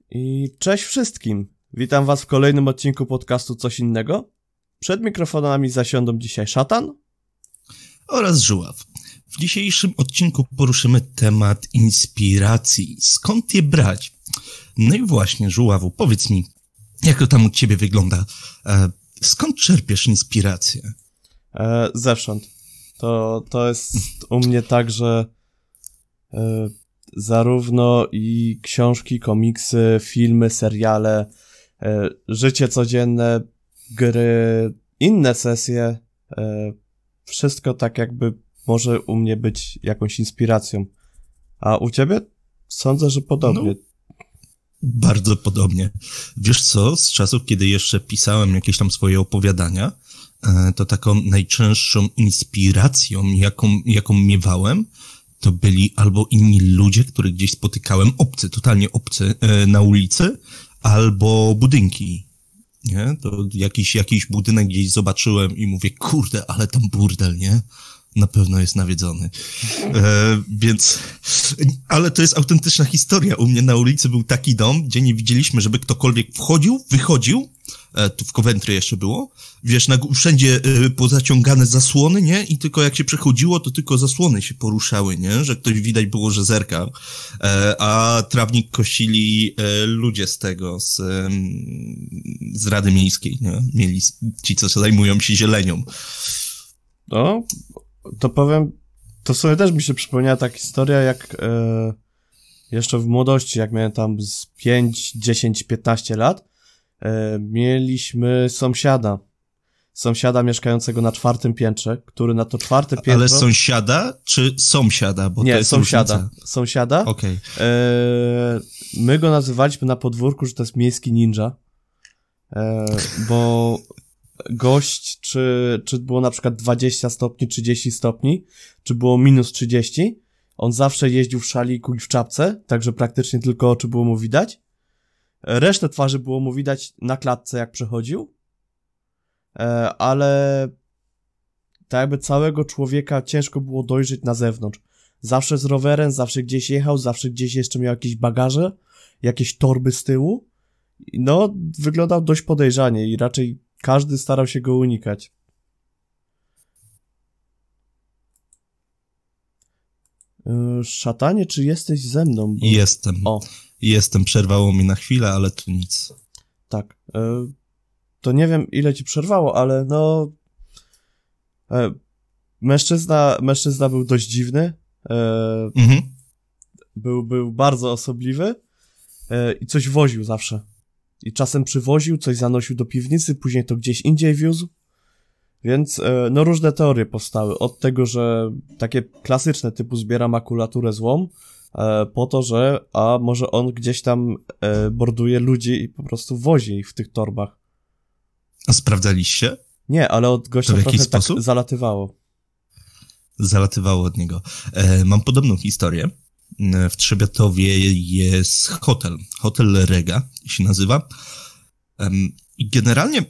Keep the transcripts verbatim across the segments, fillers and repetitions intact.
I cześć wszystkim! Witam was w kolejnym odcinku podcastu Coś Innego. Przed mikrofonami zasiądą dzisiaj Szatan oraz Żuław. W dzisiejszym odcinku poruszymy temat inspiracji. Skąd je brać? No i właśnie, Żuławu, powiedz mi, jak to tam u ciebie wygląda? E, skąd czerpiesz inspirację? e, zewsząd. To, to jest u mnie tak, że e, zarówno i książki, komiksy, filmy, seriale, e, życie codzienne, gry, inne sesje, e, wszystko tak jakby może u mnie być jakąś inspiracją. A u ciebie? Sądzę, że podobnie. No, bardzo podobnie. Wiesz co, z czasów, kiedy jeszcze pisałem jakieś tam swoje opowiadania, to taką najczęstszą inspiracją, jaką, jaką miewałem, to byli albo inni ludzie, których gdzieś spotykałem, obcy, totalnie obcy, na ulicy, albo budynki. Nie? To jakiś, jakiś budynek gdzieś zobaczyłem i mówię, kurde, ale tam burdel, nie? Na pewno jest nawiedzony. E, więc, ale to jest autentyczna historia. U mnie na ulicy był taki dom, gdzie nie widzieliśmy, żeby ktokolwiek wchodził, wychodził. E, tu w Coventry jeszcze było. Wiesz, na, wszędzie e, pozaciągane zasłony, nie? I tylko jak się przechodziło, to tylko zasłony się poruszały, nie? Że ktoś widać było, że zerkał. E, a trawnik kosili e, ludzie z tego, z, e, z Rady Miejskiej, nie? Mieli ci, co zajmują się zielenią. No, to powiem, to sobie też mi się przypomniała ta historia, jak e, jeszcze w młodości, jak miałem tam z pięć, dziesięć, piętnaście lat, e, mieliśmy sąsiada. Sąsiada mieszkającego na czwartym piętrze, który na to czwarte piętro... Ale sąsiada czy sąsiada? Bo Nie, to jest sąsiada. Różnica. Sąsiada. Okej. Okay. E, my go nazywaliśmy na podwórku, że to jest miejski ninja, e, bo... gość, czy, czy było na przykład dwadzieścia stopni, trzydzieści stopni, czy było minus trzydzieści, on zawsze jeździł w szaliku i w czapce, także praktycznie tylko oczy było mu widać. Resztę twarzy było mu widać na klatce, jak przechodził, ale tak jakby całego człowieka ciężko było dojrzeć na zewnątrz. Zawsze z rowerem, zawsze gdzieś jechał, zawsze gdzieś jeszcze miał jakieś bagaże, jakieś torby z tyłu. No, wyglądał dość podejrzanie i raczej każdy starał się go unikać. Yy, szatanie, czy jesteś ze mną? Bo... Jestem. O. Jestem. Przerwało mi na chwilę, ale to nic. Tak. Yy, to nie wiem, ile ci przerwało, ale no... Yy, mężczyzna, mężczyzna był dość dziwny. Yy, mhm. był, był bardzo osobliwy yy, i coś woził zawsze. I czasem przywoził, coś zanosił do piwnicy, później to gdzieś indziej wiózł. Więc, no, różne teorie powstały. Od tego, że takie klasyczne typu zbiera makulaturę złą, po to, że a może on gdzieś tam borduje ludzi i po prostu wozi ich w tych torbach. A sprawdzaliście? Nie, ale od gościa to w trochę jaki sposób? Tak zalatywało. Zalatywało od niego. E, mam podobną historię. W Trzebiatowie jest hotel. Hotel Rega się nazywa. I generalnie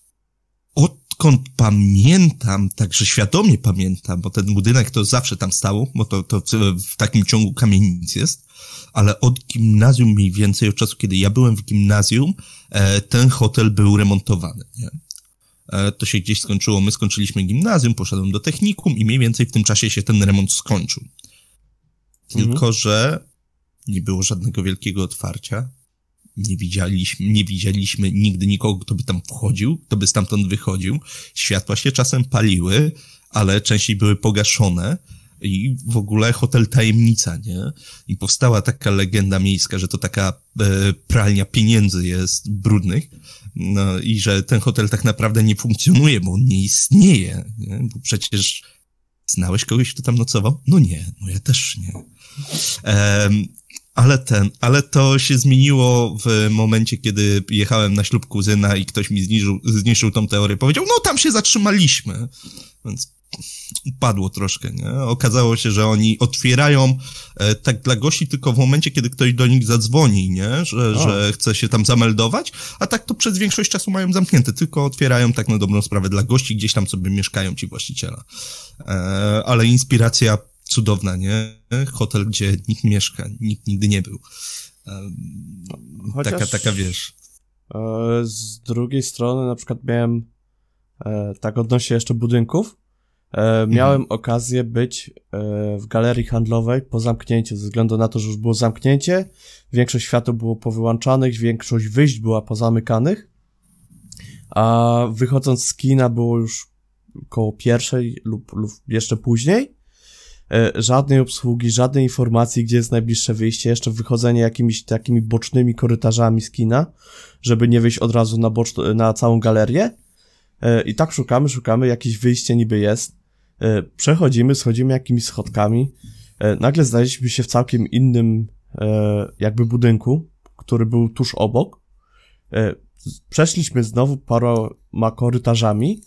odkąd pamiętam, także świadomie pamiętam, bo ten budynek to zawsze tam stał, bo to, to w takim ciągu kamienic jest, ale od gimnazjum mniej więcej, od czasu, kiedy ja byłem w gimnazjum, ten hotel był remontowany, nie? To się gdzieś skończyło, my skończyliśmy gimnazjum, poszedłem do technikum i mniej więcej w tym czasie się ten remont skończył. Tylko, mhm. że nie było żadnego wielkiego otwarcia. Nie widzieliśmy, nie widzieliśmy nigdy nikogo, kto by tam wchodził, kto by stamtąd wychodził. Światła się czasem paliły, ale częściej były pogaszone. I w ogóle hotel tajemnica, nie? I powstała taka legenda miejska, że to taka e, pralnia pieniędzy jest brudnych. No i że ten hotel tak naprawdę nie funkcjonuje, bo on nie istnieje, nie? Bo przecież znałeś kogoś, kto tam nocował? No nie, no ja też nie. Um, ale ten, ale to się zmieniło w momencie, kiedy jechałem na ślub kuzyna i ktoś mi zniżył, zniszczył tą teorię. Powiedział, no tam się zatrzymaliśmy. Więc padło troszkę, nie? Okazało się, że oni otwierają e, tak dla gości tylko w momencie, kiedy ktoś do nich zadzwoni, nie? Że, że chce się tam zameldować, a tak to przez większość czasu mają zamknięte, tylko otwierają tak na dobrą sprawę dla gości, gdzieś tam sobie mieszkają ci właściciela. E, ale inspiracja cudowna, nie? Hotel, gdzie nikt mieszka, nikt nigdy nie był. Chociaż, taka, taka, wiesz... Z drugiej strony na przykład miałem, tak odnośnie jeszcze budynków, miałem mhm. okazję być w galerii handlowej po zamknięciu, ze względu na to, że już było zamknięcie, większość światła było powyłączanych, większość wyjść była pozamykanych, a wychodząc z kina było już koło pierwszej lub, lub jeszcze później, żadnej obsługi, żadnej informacji, gdzie jest najbliższe wyjście, jeszcze wychodzenie jakimiś takimi bocznymi korytarzami z kina, żeby nie wyjść od razu na, bocz- na całą galerię. I tak szukamy, szukamy, jakieś wyjście niby jest. Przechodzimy, schodzimy jakimiś schodkami. Nagle znaleźliśmy się w całkiem innym jakby budynku, który był tuż obok. Przeszliśmy znowu paroma korytarzami.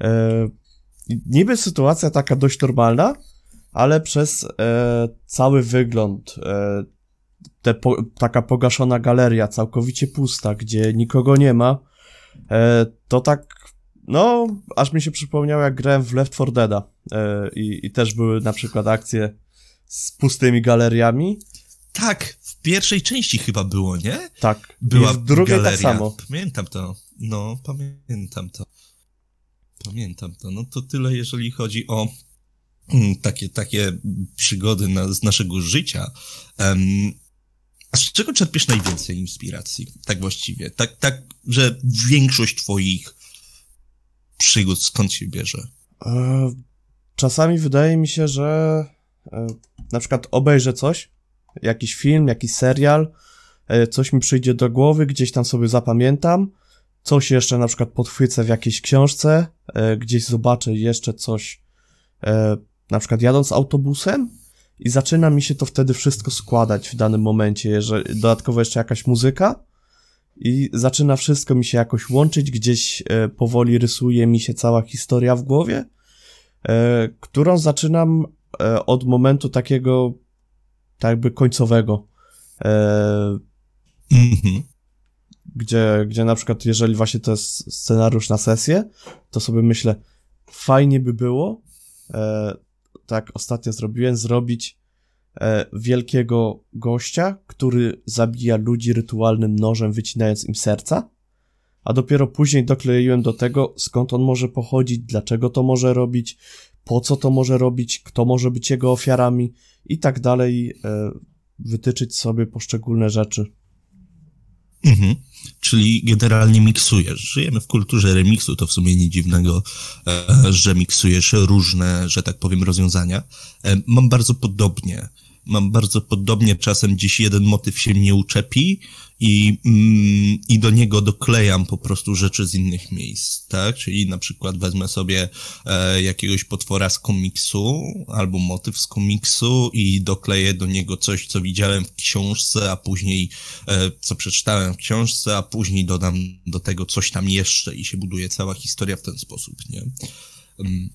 Niby sytuacja taka dość normalna, ale przez e, cały wygląd, e, te po, taka pogaszona galeria, całkowicie pusta, gdzie nikogo nie ma, e, to tak, no, aż mi się przypomniało, jak grałem w Left four Deada e, i, i też były na przykład akcje z pustymi galeriami. Tak, w pierwszej części chyba było, nie? Tak, była i w drugiej galeria. tak samo. Pamiętam to, no, pamiętam to. Pamiętam to, no to tyle, jeżeli chodzi o takie, takie przygody na, z naszego życia. Um, a z czego czerpiesz najwięcej inspiracji? Tak właściwie. Tak, tak, że większość twoich przygód skąd się bierze? E, czasami wydaje mi się, że e, na przykład obejrzę coś, jakiś film, jakiś serial, e, coś mi przyjdzie do głowy, gdzieś tam sobie zapamiętam, coś jeszcze na przykład podchwycę w jakiejś książce, e, gdzieś zobaczę jeszcze coś, e, na przykład jadąc autobusem i zaczyna mi się to wtedy wszystko składać w danym momencie, jeżeli dodatkowo jeszcze jakaś muzyka i zaczyna wszystko mi się jakoś łączyć, gdzieś e, powoli rysuje mi się cała historia w głowie, e, którą zaczynam e, od momentu takiego tak jakby końcowego, e, mm-hmm. gdzie, gdzie na przykład jeżeli właśnie to jest scenariusz na sesję, to sobie myślę, fajnie by było, e, tak ostatnio zrobiłem, zrobić e, wielkiego gościa, który zabija ludzi rytualnym nożem, wycinając im serca, a dopiero później dokleiłem do tego, skąd on może pochodzić, dlaczego to może robić, po co to może robić, kto może być jego ofiarami i tak dalej, e, wytyczyć sobie poszczególne rzeczy. Mhm. Czyli generalnie miksujesz. Żyjemy w kulturze remiksu, to w sumie nic dziwnego, e, że miksujesz różne, że tak powiem, rozwiązania. E, mam bardzo podobnie. Mam bardzo podobnie, czasem gdzieś jeden motyw się mnie uczepi i, mm, i do niego doklejam po prostu rzeczy z innych miejsc, tak? Czyli na przykład wezmę sobie e, jakiegoś potwora z komiksu albo motyw z komiksu i dokleję do niego coś, co widziałem w książce, a później e, co przeczytałem w książce, a później dodam do tego coś tam jeszcze i się buduje cała historia w ten sposób, nie? Um.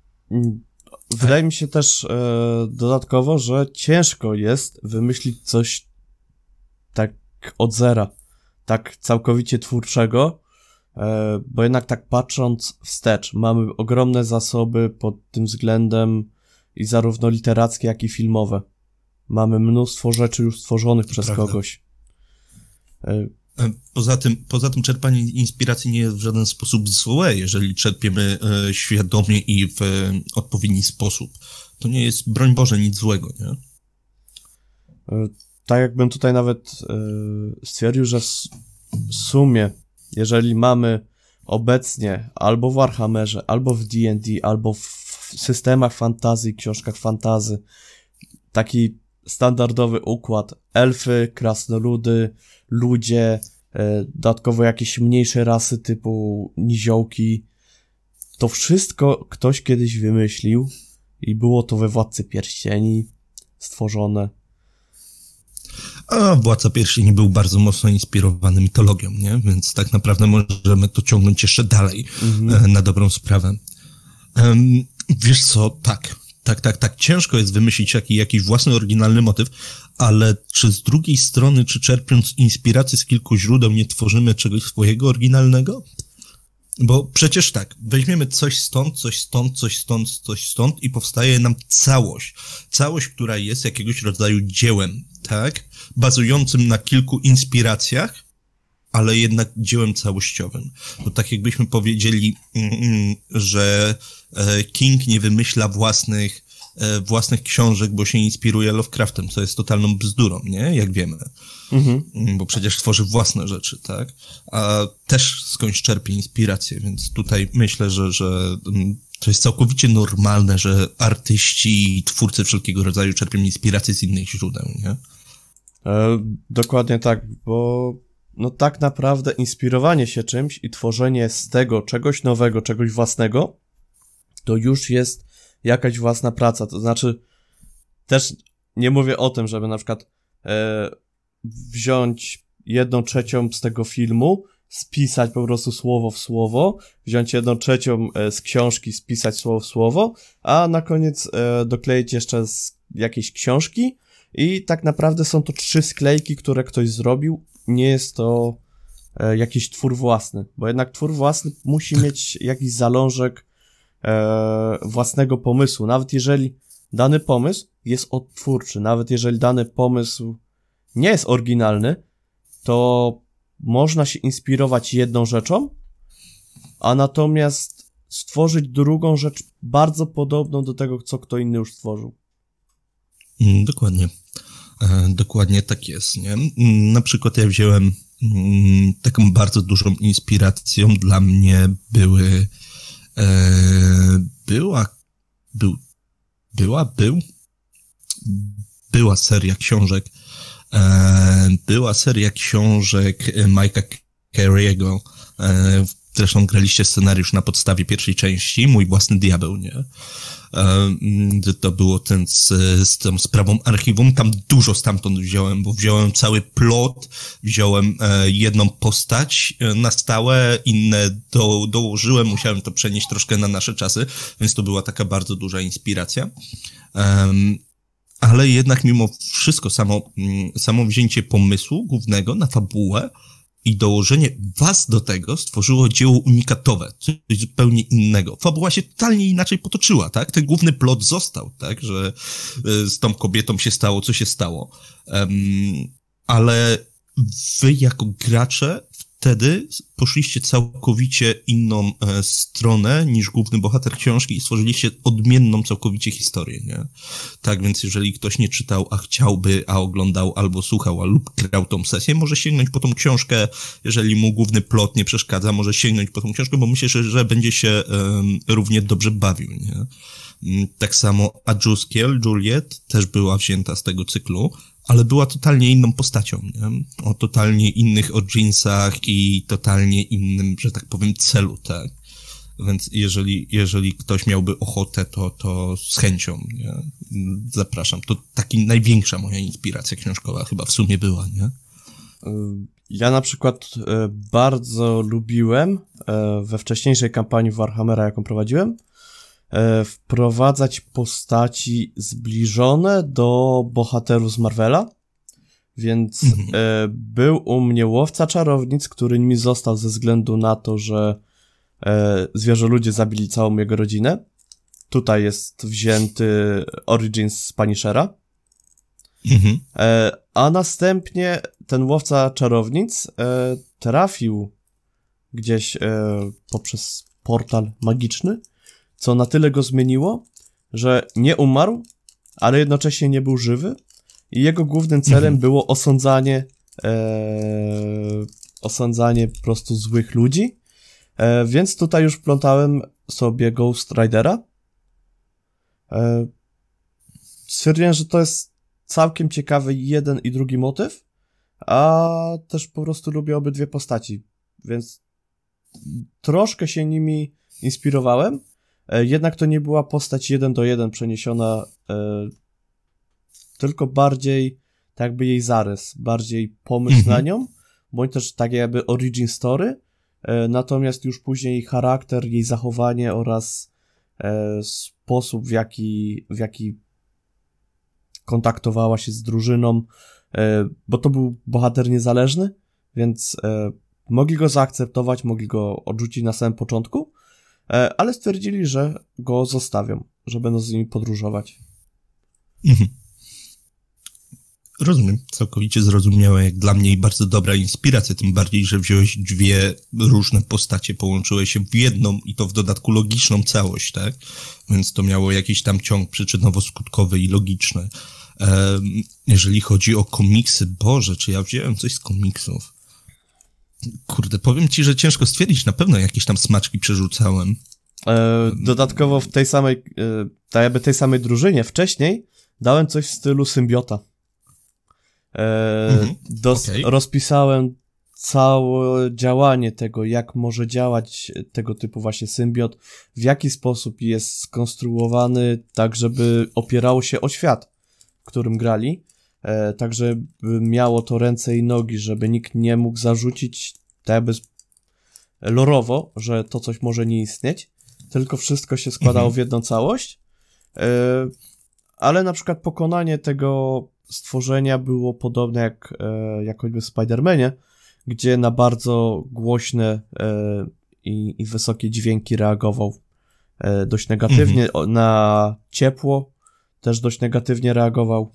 Wydaje mi się też e, dodatkowo, że ciężko jest wymyślić coś tak od zera, tak całkowicie twórczego, e, bo jednak tak patrząc wstecz, mamy ogromne zasoby pod tym względem i zarówno literackie, jak i filmowe. Mamy mnóstwo rzeczy już stworzonych to przez prawda. kogoś. E, Poza tym, poza tym czerpanie inspiracji nie jest w żaden sposób złe, jeżeli czerpiemy e, świadomie i w e, odpowiedni sposób. To nie jest, broń Boże, nic złego, nie? E, tak jakbym tutaj nawet e, stwierdził, że w, w sumie, jeżeli mamy obecnie albo w Warhammerze, albo w D and D, albo w systemach fantasy, książkach fantasy, taki standardowy układ, elfy, krasnoludy, ludzie, e, dodatkowo jakieś mniejsze rasy typu niziołki, to wszystko ktoś kiedyś wymyślił i było to we Władcy Pierścieni stworzone. A Władca Pierścieni był bardzo mocno inspirowany mitologią, nie? Więc tak naprawdę możemy to ciągnąć jeszcze dalej, mhm. e, na dobrą sprawę. Um, wiesz co, tak. Tak, tak, tak. Ciężko jest wymyślić jaki, jakiś własny, oryginalny motyw, ale czy z drugiej strony, czy czerpiąc inspirację z kilku źródeł, nie tworzymy czegoś swojego, oryginalnego? Bo przecież tak, weźmiemy coś stąd, coś stąd, coś stąd, coś stąd i powstaje nam całość. Całość, która jest jakiegoś rodzaju dziełem, tak? Bazującym na kilku inspiracjach, ale jednak dziełem całościowym. To tak jakbyśmy powiedzieli, mm, że King nie wymyśla własnych, własnych książek, bo się inspiruje Lovecraftem, co jest totalną bzdurą, nie? Jak wiemy. Mhm. Bo przecież tworzy własne rzeczy, tak? A też skądś czerpie inspirację, więc tutaj myślę, że, że to jest całkowicie normalne, że artyści i twórcy wszelkiego rodzaju czerpią inspirację z innych źródeł, nie? E, dokładnie tak, bo no tak naprawdę inspirowanie się czymś i tworzenie z tego czegoś nowego, czegoś własnego, to już jest jakaś własna praca. To znaczy, też nie mówię o tym, żeby na przykład e, wziąć jedną trzecią z tego filmu, spisać po prostu słowo w słowo, wziąć jedną trzecią e, z książki, spisać słowo w słowo, a na koniec e, dokleić jeszcze z jakiejś książki i tak naprawdę są to trzy sklejki, które ktoś zrobił. Nie jest to e, jakiś twór własny, bo jednak twór własny musi mieć jakiś zalążek e, własnego pomysłu. Nawet jeżeli dany pomysł jest odtwórczy, nawet jeżeli dany pomysł nie jest oryginalny, to można się inspirować jedną rzeczą, a natomiast stworzyć drugą rzecz bardzo podobną do tego, co kto inny już stworzył. Mm, dokładnie. E, dokładnie tak jest, nie? Na przykład ja wziąłem mm, taką bardzo dużą inspiracją dla mnie były e, była był była był była seria książek e, była seria książek Mike'a Carey'ego, e, zresztą graliście scenariusz na podstawie pierwszej części, Mój własny diabeł, nie? To było ten z, z tą sprawą archiwum, tam dużo stamtąd wziąłem, bo wziąłem cały plot, wziąłem e, jedną postać na stałe, inne do, dołożyłem, musiałem to przenieść troszkę na nasze czasy, więc to była taka bardzo duża inspiracja. Um, ale jednak mimo wszystko samo, samo wzięcie pomysłu głównego na fabułę i dołożenie was do tego stworzyło dzieło unikatowe, coś zupełnie innego. Fabuła się totalnie inaczej potoczyła, tak? Ten główny plot został, tak? Że z tą kobietą się stało, co się stało. Um, ale wy jako gracze wtedy poszliście całkowicie inną e, stronę niż główny bohater książki i stworzyliście odmienną całkowicie historię, nie? Tak, więc jeżeli ktoś nie czytał, a chciałby, a oglądał albo słuchał, a lub grał tą sesję, może sięgnąć po tą książkę, jeżeli mu główny plot nie przeszkadza, może sięgnąć po tą książkę, bo myślę, że, że będzie się um, równie dobrze bawił, nie? Tak samo A Juskiel, Juliet, też była wzięta z tego cyklu, ale była totalnie inną postacią, nie? O totalnie innych originsach i totalnie innym, że tak powiem, celu, tak? Więc jeżeli, jeżeli ktoś miałby ochotę, to, to z chęcią, nie? Zapraszam. To taki największa moja inspiracja książkowa chyba w sumie była, nie? Ja na przykład bardzo lubiłem we wcześniejszej kampanii Warhammera, jaką prowadziłem, wprowadzać postaci zbliżone do bohaterów z Marvela, więc mhm. e, był u mnie Łowca Czarownic, który mi został ze względu na to, że e, zwierzoludzie zabili całą jego rodzinę. Tutaj jest wzięty Origins z Punishera. Mhm. E, a następnie ten Łowca Czarownic e, trafił gdzieś e, poprzez portal magiczny, co na tyle go zmieniło, że nie umarł, ale jednocześnie nie był żywy i jego głównym celem mhm. było osądzanie e, osądzanie po prostu złych ludzi, e, więc tutaj już wplątałem sobie Ghost Ridera. E, stwierdziłem, że to jest całkiem ciekawy jeden i drugi motyw, a też po prostu lubię obydwie postaci, więc troszkę się nimi inspirowałem. Jednak to nie była postać jeden do jeden przeniesiona, e, tylko bardziej tak jakby jej zarys, bardziej pomysł mm-hmm. na nią, bądź też tak jakby origin story, e, natomiast już później jej charakter, jej zachowanie oraz e, sposób, w jaki, w jaki kontaktowała się z drużyną, e, bo to był bohater niezależny, więc e, mogli go zaakceptować, mogli go odrzucić na samym początku, ale stwierdzili, że go zostawią, że będą z nimi podróżować. Mhm. Rozumiem, całkowicie zrozumiałe, jak dla mnie i bardzo dobra inspiracja, tym bardziej, że wziąłeś dwie różne postacie, połączyłeś je w jedną i to w dodatku logiczną całość, tak? Więc to miało jakiś tam ciąg przyczynowo-skutkowy i logiczny. Um, jeżeli chodzi o komiksy, Boże, czy ja wziąłem coś z komiksów? Kurde, powiem ci, że ciężko stwierdzić, na pewno jakieś tam smaczki przerzucałem. E, dodatkowo w tej samej, e, tak jakby tej samej drużynie wcześniej dałem coś w stylu symbiota. E, mhm, dos- okay. Rozpisałem całe działanie tego, jak może działać tego typu właśnie symbiot, w jaki sposób jest skonstruowany tak, żeby opierało się o świat, w którym grali, e, tak żeby miało to ręce i nogi, żeby nikt nie mógł zarzucić tak jakby lorowo, że to coś może nie istnieć, tylko wszystko się składało mhm. w jedną całość, e, ale na przykład pokonanie tego stworzenia było podobne jak, e, jak choćby w Spider-Manie, gdzie na bardzo głośne e, i, i wysokie dźwięki reagował e, dość negatywnie, mhm. o, na ciepło też dość negatywnie reagował.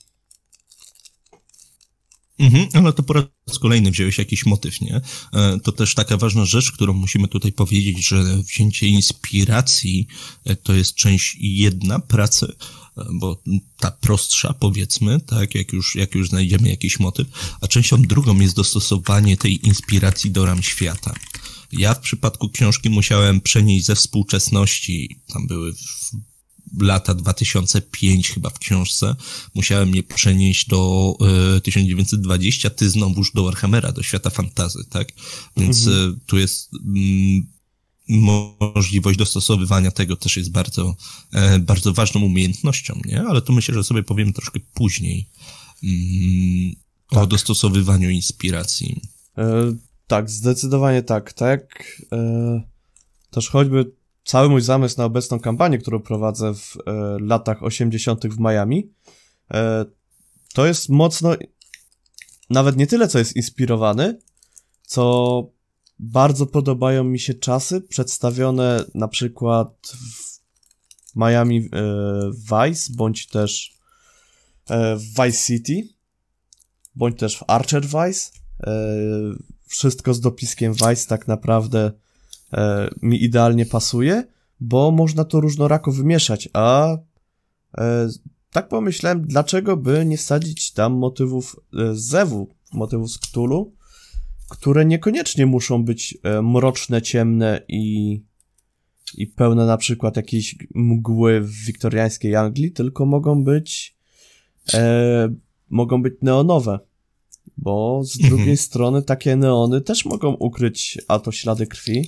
Mhm, ale to po raz kolejny wziąłeś jakiś motyw, nie? E, to też taka ważna rzecz, którą musimy tutaj powiedzieć, że wzięcie inspiracji e, to jest część jedna pracy, bo ta prostsza, powiedzmy, tak, jak już, jak już znajdziemy jakiś motyw, a częścią drugą jest dostosowanie tej inspiracji do ram świata. Ja w przypadku książki musiałem przenieść ze współczesności, tam były w lata dwa tysiące piąty chyba w książce, musiałem je przenieść do y, tysiąc dziewięćset dwudziestego, ty znowuż do Warhammera, do świata fantasy, tak? Więc mhm. y, tu jest... Y, możliwość dostosowywania tego też jest bardzo, e, bardzo ważną umiejętnością, nie? Ale to myślę, że sobie powiem troszkę później mm, tak. o dostosowywaniu inspiracji. E, tak, zdecydowanie tak. Tak jak e, też choćby cały mój zamysł na obecną kampanię, którą prowadzę w e, latach osiemdziesiątych w Miami, e, to jest mocno nawet nie tyle, co jest inspirowany, co bardzo podobają mi się czasy przedstawione na przykład w Miami e, Vice, bądź też e, w Vice City, bądź też w Archer Vice. E, wszystko z dopiskiem Vice tak naprawdę e, mi idealnie pasuje, bo można to różnorako wymieszać, a e, tak pomyślałem, dlaczego by nie wsadzić tam motywów e, z Zewu, motywów z Cthulhu, które niekoniecznie muszą być e, mroczne, ciemne i, i pełne na przykład jakiejś mgły w wiktoriańskiej Anglii, tylko mogą być e, mogą być neonowe, bo z mhm. drugiej strony takie neony też mogą ukryć a to ślady krwi,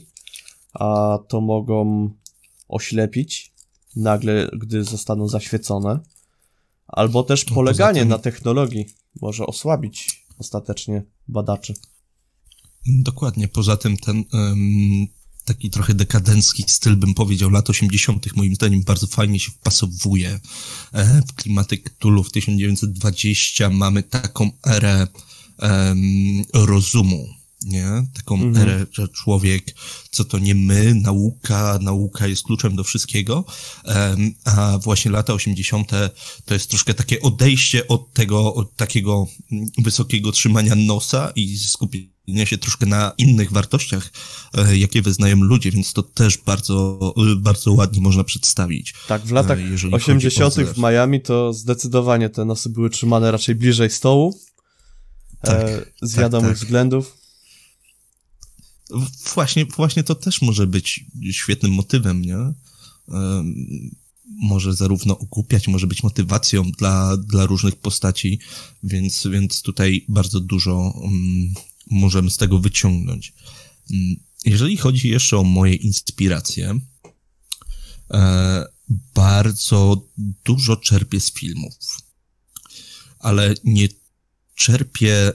a to mogą oślepić nagle, gdy zostaną zaświecone, albo też poleganie tym... na technologii może osłabić ostatecznie badaczy. Dokładnie, poza tym ten um, taki trochę dekadencki styl, bym powiedział, lat osiemdziesiątych moim zdaniem bardzo fajnie się wpasowuje e, w klimaty Cthulhu. W tysiąc dziewięćset dwudziestym mamy taką erę um, rozumu, nie? Taką mhm. erę, że człowiek, co to nie my, nauka, nauka jest kluczem do wszystkiego, um, a właśnie lata osiemdziesiąte to jest troszkę takie odejście od tego, od takiego wysokiego trzymania nosa i skupienia się troszkę na innych wartościach, e, jakie wyznają ludzie, więc to też bardzo, bardzo ładnie można przedstawić. Tak, w latach osiemdziesiątych w Miami to zdecydowanie te nosy były trzymane raczej bliżej stołu, tak, e, z tak, wiadomych tak. względów. Właśnie, właśnie to też może być świetnym motywem, nie? Um, może zarówno ogłupiać, może być motywacją dla, dla różnych postaci, więc, więc tutaj bardzo dużo um, możemy z tego wyciągnąć. Um, jeżeli chodzi jeszcze o moje inspiracje, e, bardzo dużo czerpię z filmów, ale nie czerpię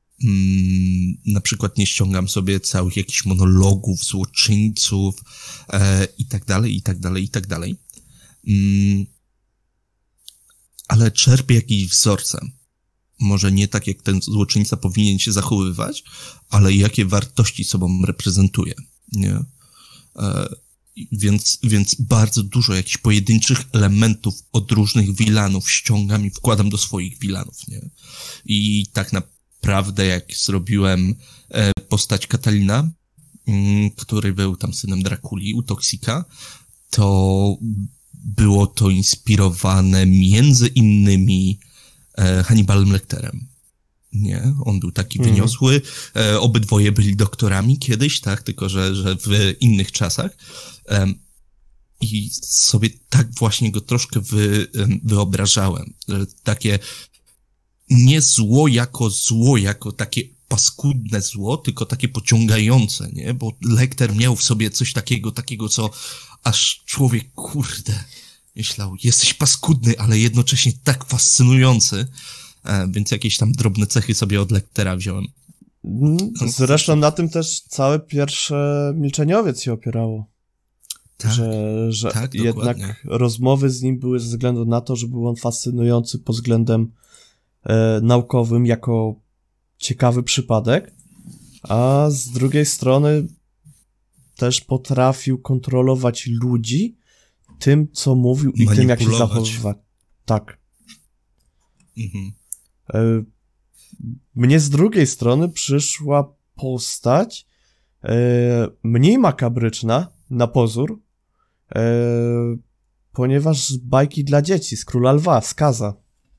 Mm, na przykład nie ściągam sobie całych jakichś monologów, złoczyńców e, i tak dalej, i tak dalej, i tak dalej. Mm, ale czerpię jakieś wzorce. może nie tak, jak ten złoczyńca powinien się zachowywać, ale jakie wartości sobą reprezentuje, nie? E, więc, więc bardzo dużo jakichś pojedynczych elementów od różnych wilanów ściągam i wkładam do swoich wilanów, nie? I tak naprawdę jak zrobiłem e, postać Katalina, m, który był tam synem Drakuli u Toksika, to było to inspirowane między innymi e, Hannibalem Lecterem. Nie, on był taki mm. wyniosły. E, obydwoje byli doktorami kiedyś, tak, tylko że, że w innych czasach. E, I sobie tak właśnie go troszkę wy, e, wyobrażałem. Że takie nie zło jako zło, jako takie paskudne zło, tylko takie pociągające, nie? Bo Lecter miał w sobie coś takiego, takiego, co aż człowiek, kurde, myślał, jesteś paskudny, ale jednocześnie tak fascynujący, e, więc jakieś tam drobne cechy sobie od Lectera wziąłem. Zresztą na tym też całe pierwsze Milczeniowiec się opierało. Tak, że że tak, jednak dokładnie. Rozmowy z nim były ze względu na to, że był on fascynujący pod względem e, naukowym jako ciekawy przypadek, a z drugiej strony też potrafił kontrolować ludzi tym, co mówił i tym, jak się zachowywać. Tak. Mhm. E, mnie z drugiej strony przyszła postać e, mniej makabryczna na pozór, e, ponieważ z bajki dla dzieci, z Króla Lwa, z Kaza,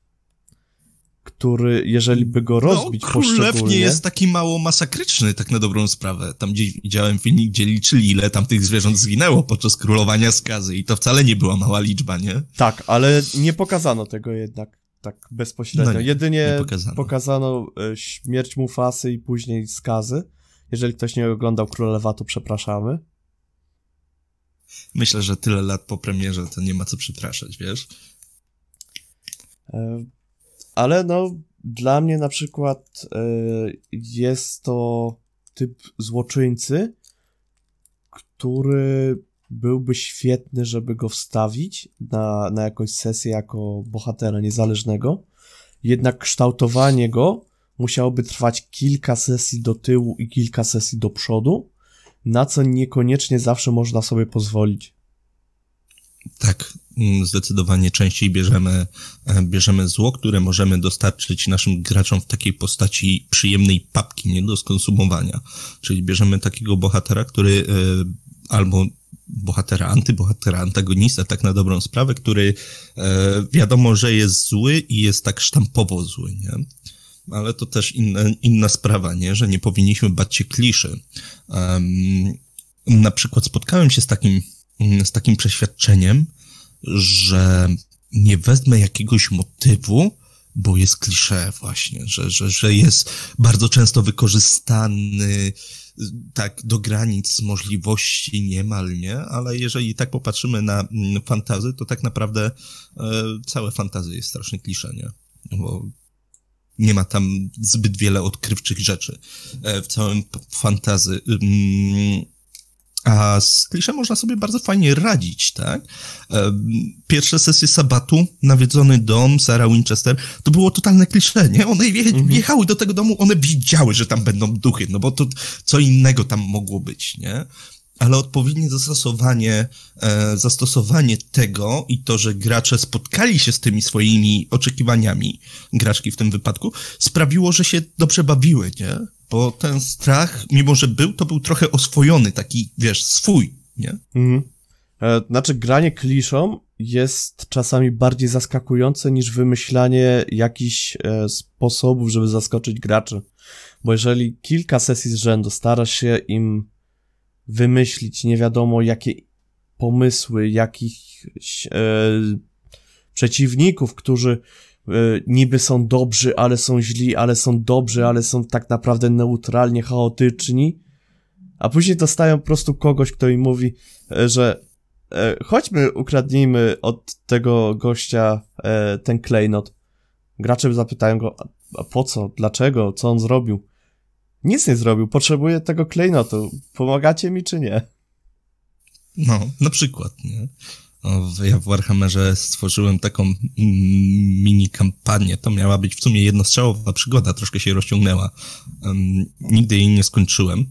który, jeżeli by go rozbić no, poszczególnie... Król Lew nie jest taki mało masakryczny, tak na dobrą sprawę. Tam gdzieś widziałem filmik, gdzie liczyli, ile tam tych zwierząt zginęło podczas królowania Skazy i to wcale nie była mała liczba, nie? Tak, ale nie pokazano tego jednak tak bezpośrednio. No nie, Jedynie nie pokazano. pokazano śmierć Mufasy i później Skazy. Jeżeli ktoś nie oglądał Króla Lwa, to przepraszamy. Myślę, że tyle lat po premierze to nie ma co przepraszać, wiesz? E- Ale no, dla mnie na przykład y, jest to typ złoczyńcy, który byłby świetny, żeby go wstawić na, na jakąś sesję jako bohatera niezależnego. Jednak kształtowanie go musiałoby trwać kilka sesji do tyłu i kilka sesji do przodu, na co niekoniecznie zawsze można sobie pozwolić. Tak, zdecydowanie częściej bierzemy, bierzemy zło, które możemy dostarczyć naszym graczom w takiej postaci przyjemnej papki, nie do skonsumowania. Czyli bierzemy takiego bohatera, który albo bohatera, antybohatera, antagonista, tak na dobrą sprawę, który wiadomo, że jest zły i jest tak sztampowo zły, nie? Ale to też inna, inna sprawa, nie? Że nie powinniśmy bać się kliszy. Um, na przykład spotkałem się z takim z takim przeświadczeniem, że nie wezmę jakiegoś motywu, bo jest klisze właśnie, że, że, że jest bardzo często wykorzystany tak do granic możliwości niemal, nie? Ale jeżeli tak popatrzymy na fantazy, to tak naprawdę e, całe fantazy jest strasznie klisze, nie? Bo nie ma tam zbyt wiele odkrywczych rzeczy e, w całym fantazy. Mm, A z klisze można sobie bardzo fajnie radzić, tak? Pierwsze sesje Sabatu, nawiedzony dom, Sarah Winchester, to było totalne klisze, nie? One je- wjechały do tego domu, one wiedziały, że tam będą duchy, no bo to co innego tam mogło być, nie? Ale odpowiednie zastosowanie, e, zastosowanie tego i to, że gracze spotkali się z tymi swoimi oczekiwaniami, graczki w tym wypadku, sprawiło, że się dobrze bawiły, nie? Bo ten strach, mimo że był, to był trochę oswojony, taki, wiesz, swój, nie? Mhm. E, znaczy, granie kliszą jest czasami bardziej zaskakujące niż wymyślanie jakichś e, sposobów, żeby zaskoczyć graczy. Bo jeżeli kilka sesji z rzędu starasz się im wymyślić nie wiadomo jakie pomysły, jakich e, przeciwników, którzy niby są dobrzy, ale są źli, ale są dobrzy, ale są tak naprawdę neutralnie chaotyczni, a później dostają po prostu kogoś, kto im mówi, że e, chodźmy, ukradnijmy od tego gościa e, ten klejnot. Gracze zapytają go, a, a po co, dlaczego, co on zrobił? Nic nie zrobił, potrzebuję tego klejnotu. Pomagacie mi czy nie? No, na przykład, nie? O, ja w Warhammerze stworzyłem taką mm, mini kampanię. To miała być w sumie jednostrzałowa przygoda, troszkę się rozciągnęła. Um, nigdy jej nie skończyłem.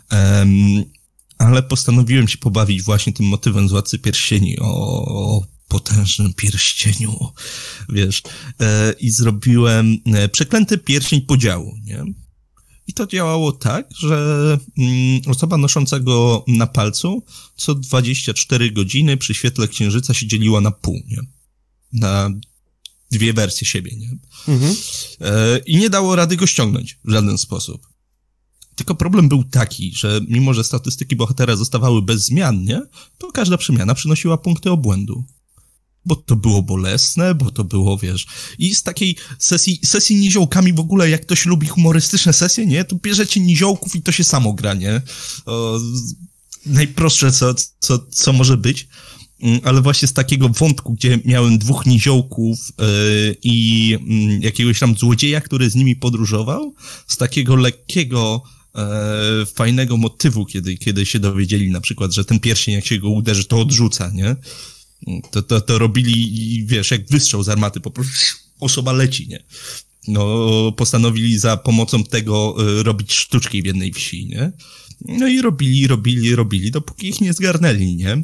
Um, ale postanowiłem się pobawić właśnie tym motywem z Władcy Pierścieni. O, o potężnym pierścieniu, wiesz. E, I zrobiłem e, przeklęty pierścień podziału, nie? I to działało tak, że mm, osoba nosząca go na palcu co dwadzieścia cztery godziny przy świetle księżyca się dzieliła na pół, nie? Na dwie wersje siebie, nie? Mhm. E, I nie dało rady go ściągnąć w żaden sposób. Tylko problem był taki, że mimo, że statystyki bohatera zostawały bez zmian, nie? To każda przemiana przynosiła punkty obłędu. Bo to było bolesne, bo to było, wiesz... I z takiej sesji, sesji niziołkami w ogóle, jak ktoś lubi humorystyczne sesje, nie? To bierzecie niziołków i to się samo gra, nie? O, najprostsze, co, co, co może być. Ale właśnie z takiego wątku, gdzie miałem dwóch niziołków yy, i yy, jakiegoś tam złodzieja, który z nimi podróżował, z takiego lekkiego, yy, fajnego motywu, kiedy, kiedy się dowiedzieli na przykład, że ten pierścień, jak się go uderzy, to odrzuca, nie? To, to, to robili, wiesz, jak wystrzał z armaty, po prostu osoba leci, nie? No, postanowili za pomocą tego y, robić sztuczki w jednej wsi, nie? No i robili, robili, robili, dopóki ich nie zgarnęli, nie?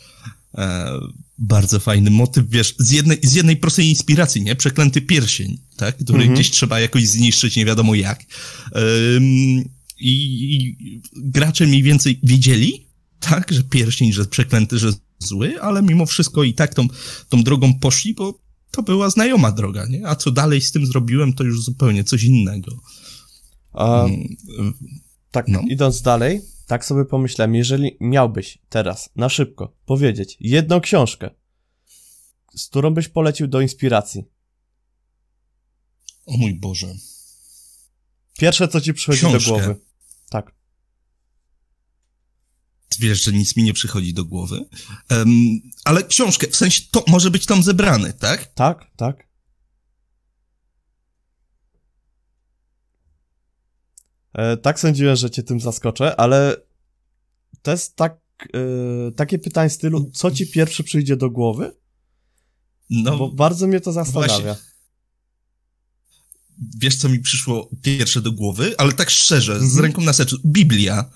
E, bardzo fajny motyw, wiesz, z jednej, z jednej prostej inspiracji, nie? Przeklęty pierścień, tak? Który mhm. gdzieś trzeba jakoś zniszczyć, nie wiadomo jak. Ym, i, I gracze mniej więcej wiedzieli, tak? Że pierścień, że przeklęty, że zły, ale mimo wszystko i tak tą, tą drogą poszli, bo to była znajoma droga, nie? A co dalej z tym zrobiłem, to już zupełnie coś innego. A, hmm. Tak, no. Idąc dalej, tak sobie pomyślałem, jeżeli miałbyś teraz na szybko powiedzieć jedną książkę, z którą byś polecił do inspiracji. O mój Boże. Pierwsze, co ci przychodzi książkę. do głowy. Tak. Wiesz, że nic mi nie przychodzi do głowy. Um, ale książkę, w sensie to może być tam zebrane, tak? Tak, tak. E, tak sądziłem, że cię tym zaskoczę, ale to jest tak, e, takie pytanie w stylu, co ci pierwszy przyjdzie do głowy? No, bo bardzo mnie to zastanawia. Właśnie. Wiesz, co mi przyszło pierwsze do głowy? Ale tak szczerze, mhm. z ręką na sercu. Biblia.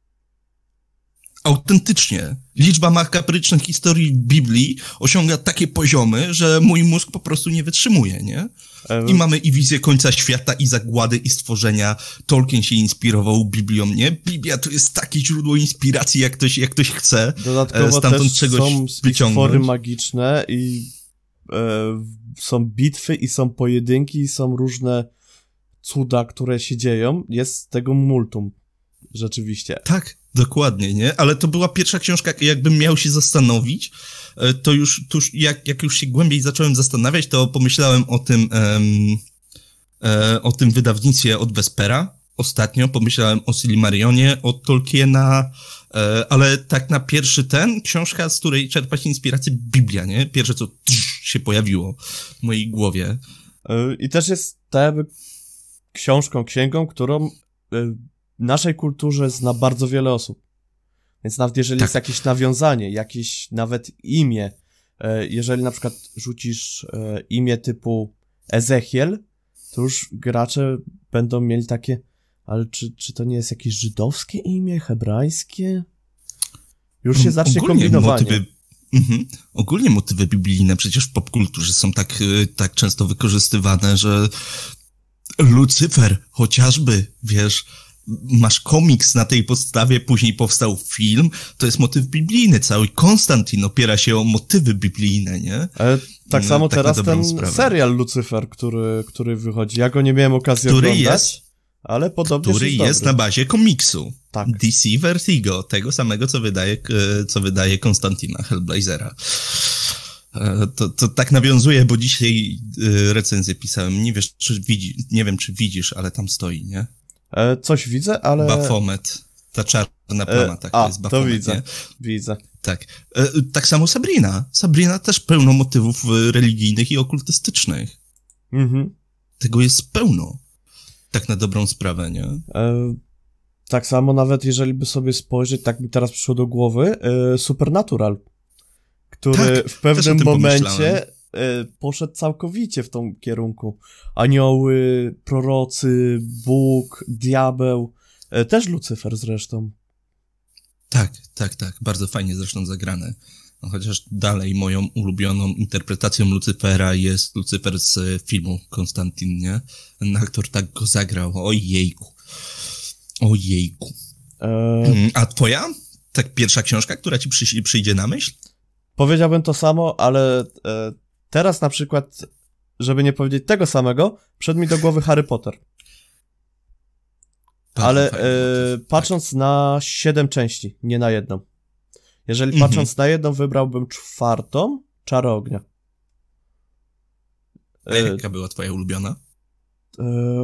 Autentycznie. Liczba makabrycznych historii w Biblii osiąga takie poziomy, że mój mózg po prostu nie wytrzymuje, nie? I mamy i wizję końca świata, i zagłady, i stworzenia. Tolkien się inspirował Biblią, nie? Biblia to jest takie źródło inspiracji, jak ktoś, jak ktoś chce. Dodatkowo stamtąd też czegoś są wyciągnąć. Stwory magiczne i e, są bitwy, i są pojedynki, i są różne cuda, które się dzieją. Jest tego multum. Rzeczywiście. Tak. Dokładnie, nie? Ale to była pierwsza książka, jakbym miał się zastanowić, to już, to już jak, jak już się głębiej zacząłem zastanawiać, to pomyślałem o tym, um, e, o tym wydawnictwie od Vespera. Ostatnio pomyślałem o Silmarionie, od Tolkiena, e, ale tak na pierwszy ten, książka, z której czerpać inspirację, Biblia, nie? Pierwsze, co tsz, się pojawiło w mojej głowie. I też jest ta jakby książką, księgą, którą w naszej kulturze zna bardzo wiele osób. Więc nawet jeżeli tak. jest jakieś nawiązanie, jakieś nawet imię, jeżeli na przykład rzucisz imię typu Ezechiel, to już gracze będą mieli takie, ale czy, czy to nie jest jakieś żydowskie imię, hebrajskie? Już się zacznie Ogólnie kombinowanie. Motywy, mhm. Ogólnie motywy biblijne przecież w popkulturze są tak, tak często wykorzystywane, że Lucyfer chociażby, wiesz, masz komiks na tej podstawie, później powstał film, to jest motyw biblijny, cały Konstantin opiera się o motywy biblijne, nie? Ale tak no, samo tak teraz ten sprawę. serial Lucyfer, który, który wychodzi. Ja go nie miałem okazji który oglądać, jest, ale podobnie Który jest, jest na bazie komiksu. Tak. D C Vertigo, tego samego, co wydaje, co wydaje Konstantina Hellblazera. To, to tak nawiązuje, bo dzisiaj recenzję pisałem. Nie wiesz, czy widzi, nie wiem, czy widzisz, ale tam stoi, nie? E, coś widzę, ale... Baphomet. Ta czarna plama, e, tak, a, to jest Baphomet, to widzę, nie? widzę. Tak. E, tak samo Sabrina. Sabrina też pełno motywów religijnych i okultystycznych. Mhm. Tego jest pełno. Tak na dobrą sprawę, nie? E, tak samo nawet jeżeli by sobie spojrzeć, tak mi teraz przyszło do głowy, e, Supernatural, który tak, w pewnym momencie y, poszedł całkowicie w tą kierunku. Anioły, prorocy, Bóg, diabeł, y, też Lucyfer zresztą. Tak, tak, tak, bardzo fajnie zresztą zagrane. No, chociaż dalej moją ulubioną interpretacją Lucyfera jest Lucyfer z filmu Konstantin, nie? Ten aktor tak go zagrał, ojejku. Ojejku. E... A twoja? Tak pierwsza książka, która ci przy, przyjdzie na myśl? Powiedziałbym to samo, ale e, teraz na przykład, żeby nie powiedzieć tego samego, przyszedł mi do głowy Harry Potter. Bardzo ale e, patrząc tak. na siedem części, nie na jedną. Jeżeli mm-hmm. patrząc na jedną, wybrałbym czwartą, Czary ognia. A jaka była twoja ulubiona? E,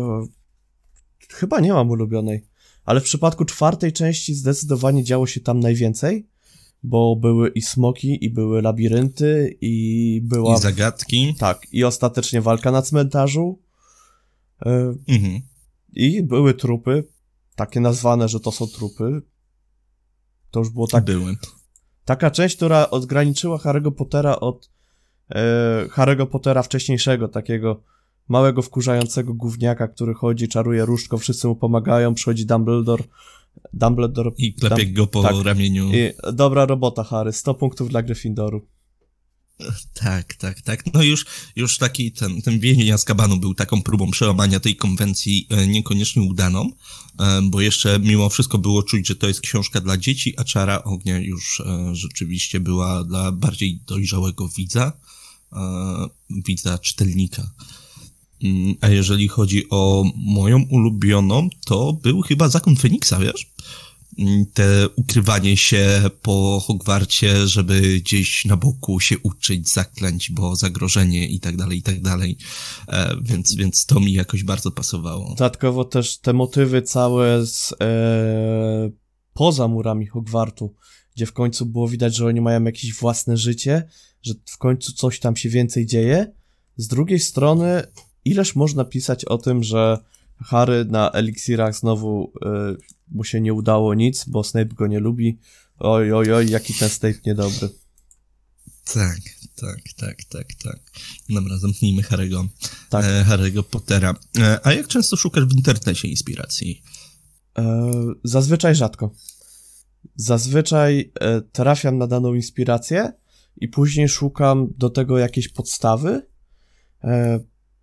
chyba nie mam ulubionej, ale w przypadku czwartej części zdecydowanie działo się tam najwięcej, bo były i smoki, i były labirynty, i była... I zagadki. Tak, i ostatecznie walka na cmentarzu. E, mm-hmm. I były trupy, takie nazwane, że to są trupy. To już było tak... Były. Taka część, która odgraniczyła Harry'ego Pottera od e, Harry'ego Pottera wcześniejszego, takiego małego, wkurzającego gówniaka, który chodzi, czaruje różdżką, wszyscy mu pomagają, przychodzi Dumbledore. Dumbledore I klepie go po tak, ramieniu. I dobra robota, Harry, sto punktów dla Gryffindoru. Tak, tak, tak. No już, już taki ten, ten więzień Azkabanu był taką próbą przełamania tej konwencji e, niekoniecznie udaną, e, bo jeszcze mimo wszystko było czuć, że to jest książka dla dzieci, a Czara ognia już e, rzeczywiście była dla bardziej dojrzałego widza, e, widza czytelnika. Mm, a jeżeli chodzi o moją ulubioną, to był chyba Zakon Feniksa, wiesz? Te ukrywanie się po Hogwarcie, żeby gdzieś na boku się uczyć zaklęć, bo zagrożenie i tak dalej, i tak dalej. E, więc, więc to mi jakoś bardzo pasowało. Dodatkowo też te motywy całe z, e, poza murami Hogwartu, gdzie w końcu było widać, że oni mają jakieś własne życie, że w końcu coś tam się więcej dzieje. Z drugiej strony, ileż można pisać o tym, że Harry na eliksirach znowu y, mu się nie udało nic, bo Snape go nie lubi. Oj, oj, oj, jaki ten Snape niedobry. Tak, tak, tak, tak, tak. Dobra, zamknijmy Harry'ego, tak. e, Harry'ego Pottera. E, a jak często szukasz w internecie inspiracji? E, zazwyczaj rzadko. Zazwyczaj e, trafiam na daną inspirację i później szukam do tego jakiejś podstawy. E,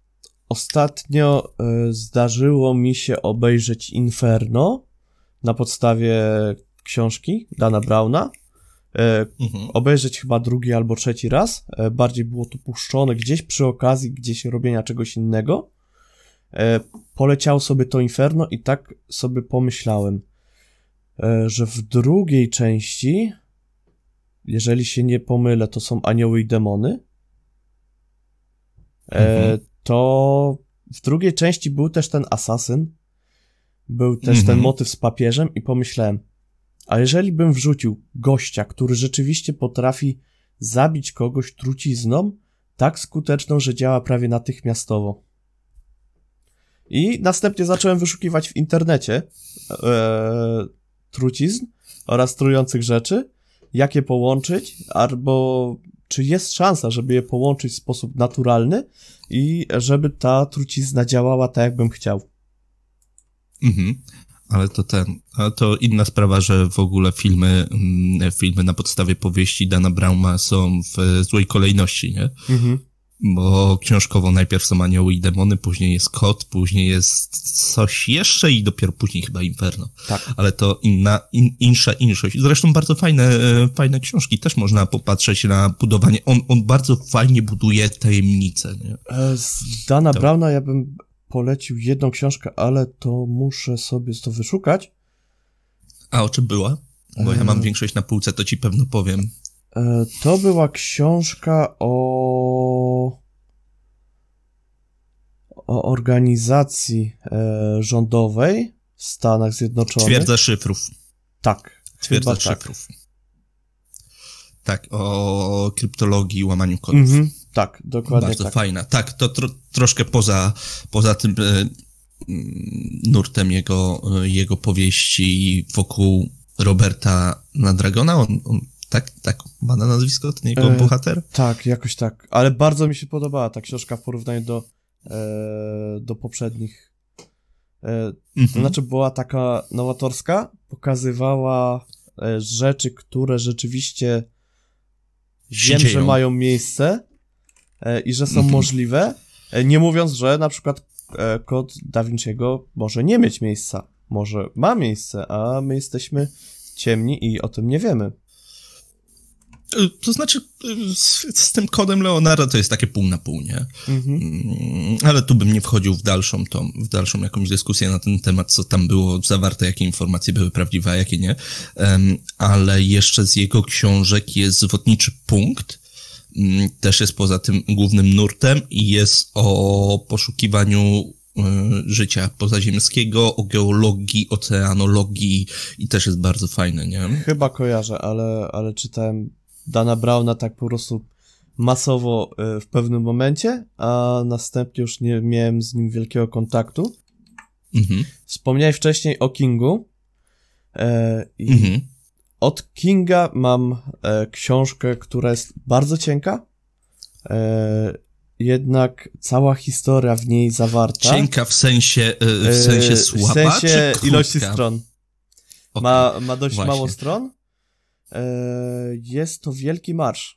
Ostatnio y, zdarzyło mi się obejrzeć Inferno na podstawie książki Dana Browna. Y, mhm. Obejrzeć chyba drugi albo trzeci raz. Y, bardziej było to puszczone gdzieś przy okazji, gdzieś robienia czegoś innego. Y, poleciało sobie to Inferno i tak sobie pomyślałem, y, że w drugiej części, jeżeli się nie pomylę, to są anioły i demony. Mhm. Y, to w drugiej części był też ten asasyn, był też mm-hmm. ten motyw z papieżem i pomyślałem, a jeżeli bym wrzucił gościa, który rzeczywiście potrafi zabić kogoś trucizną, tak skuteczną, że działa prawie natychmiastowo. I następnie zacząłem wyszukiwać w internecie e, trucizn oraz trujących rzeczy, jak je połączyć, albo czy jest szansa, żeby je połączyć w sposób naturalny i żeby ta trucizna działała tak, jakbym chciał. Mhm. Ale to ten, ale to inna sprawa, że w ogóle filmy, filmy na podstawie powieści Dana Browna są w złej kolejności, nie? Mhm. Bo książkowo najpierw są anioły i demony, później jest kot, później jest coś jeszcze i dopiero później chyba Inferno. Tak. Ale to inna, in, insza inszość. Zresztą bardzo fajne, fajne książki, też można popatrzeć na budowanie. On, on bardzo fajnie buduje tajemnice, nie? Z Dana to... Browna ja bym polecił jedną książkę, ale to muszę sobie to wyszukać. A o czym była? Bo ja mam większość na półce, to ci pewno powiem. To była książka o o organizacji e, rządowej w Stanach Zjednoczonych. Twierdza szyfrów. Tak. Twierdza szyfrów. Tak. tak, o kryptologii, łamaniu kodów. Mm-hmm, tak, dokładnie Bardzo tak. fajna. Tak, to tro, troszkę poza, poza tym e, nurtem jego, jego powieści wokół Roberta na Dragona. On, on Tak, tak, ma na nazwisko ten jego e, bohater? Tak, jakoś tak, ale bardzo mi się podobała ta książka w porównaniu do, e, do poprzednich. E, Mhm. To znaczy była taka nowatorska, pokazywała e, rzeczy, które rzeczywiście Się wiem, dzieją. że mają miejsce e, i że są Mhm. możliwe, e, nie mówiąc, że na przykład e, kod Da Vinci'ego może nie mieć miejsca, może ma miejsce, a my jesteśmy ciemni i o tym nie wiemy. To znaczy, z, z tym kodem Leonarda to jest takie pół na pół, nie? Mhm. Mm, Ale tu bym nie wchodził w dalszą tą, w dalszą jakąś dyskusję na ten temat, co tam było zawarte, jakie informacje były prawdziwe, a jakie nie. Um, ale jeszcze z jego książek jest Zwrotniczy Punkt. Um, też jest poza tym głównym nurtem i jest o poszukiwaniu y, życia pozaziemskiego, o geologii, oceanologii i też jest bardzo fajne, nie? Chyba kojarzę, ale, ale czytałem Dana Browna tak po prostu masowo y, w pewnym momencie, a następnie już nie miałem z nim wielkiego kontaktu. Mhm. Wspomniałeś wcześniej o Kingu e, i Mhm. od Kinga mam e, książkę, która jest bardzo cienka, e, jednak cała historia w niej zawarta. Cienka w sensie, y, w sensie słaba, W sensie czy ilości krótka? stron. Okay. Ma, ma dość Właśnie. mało stron. E, jest to Wielki Marsz.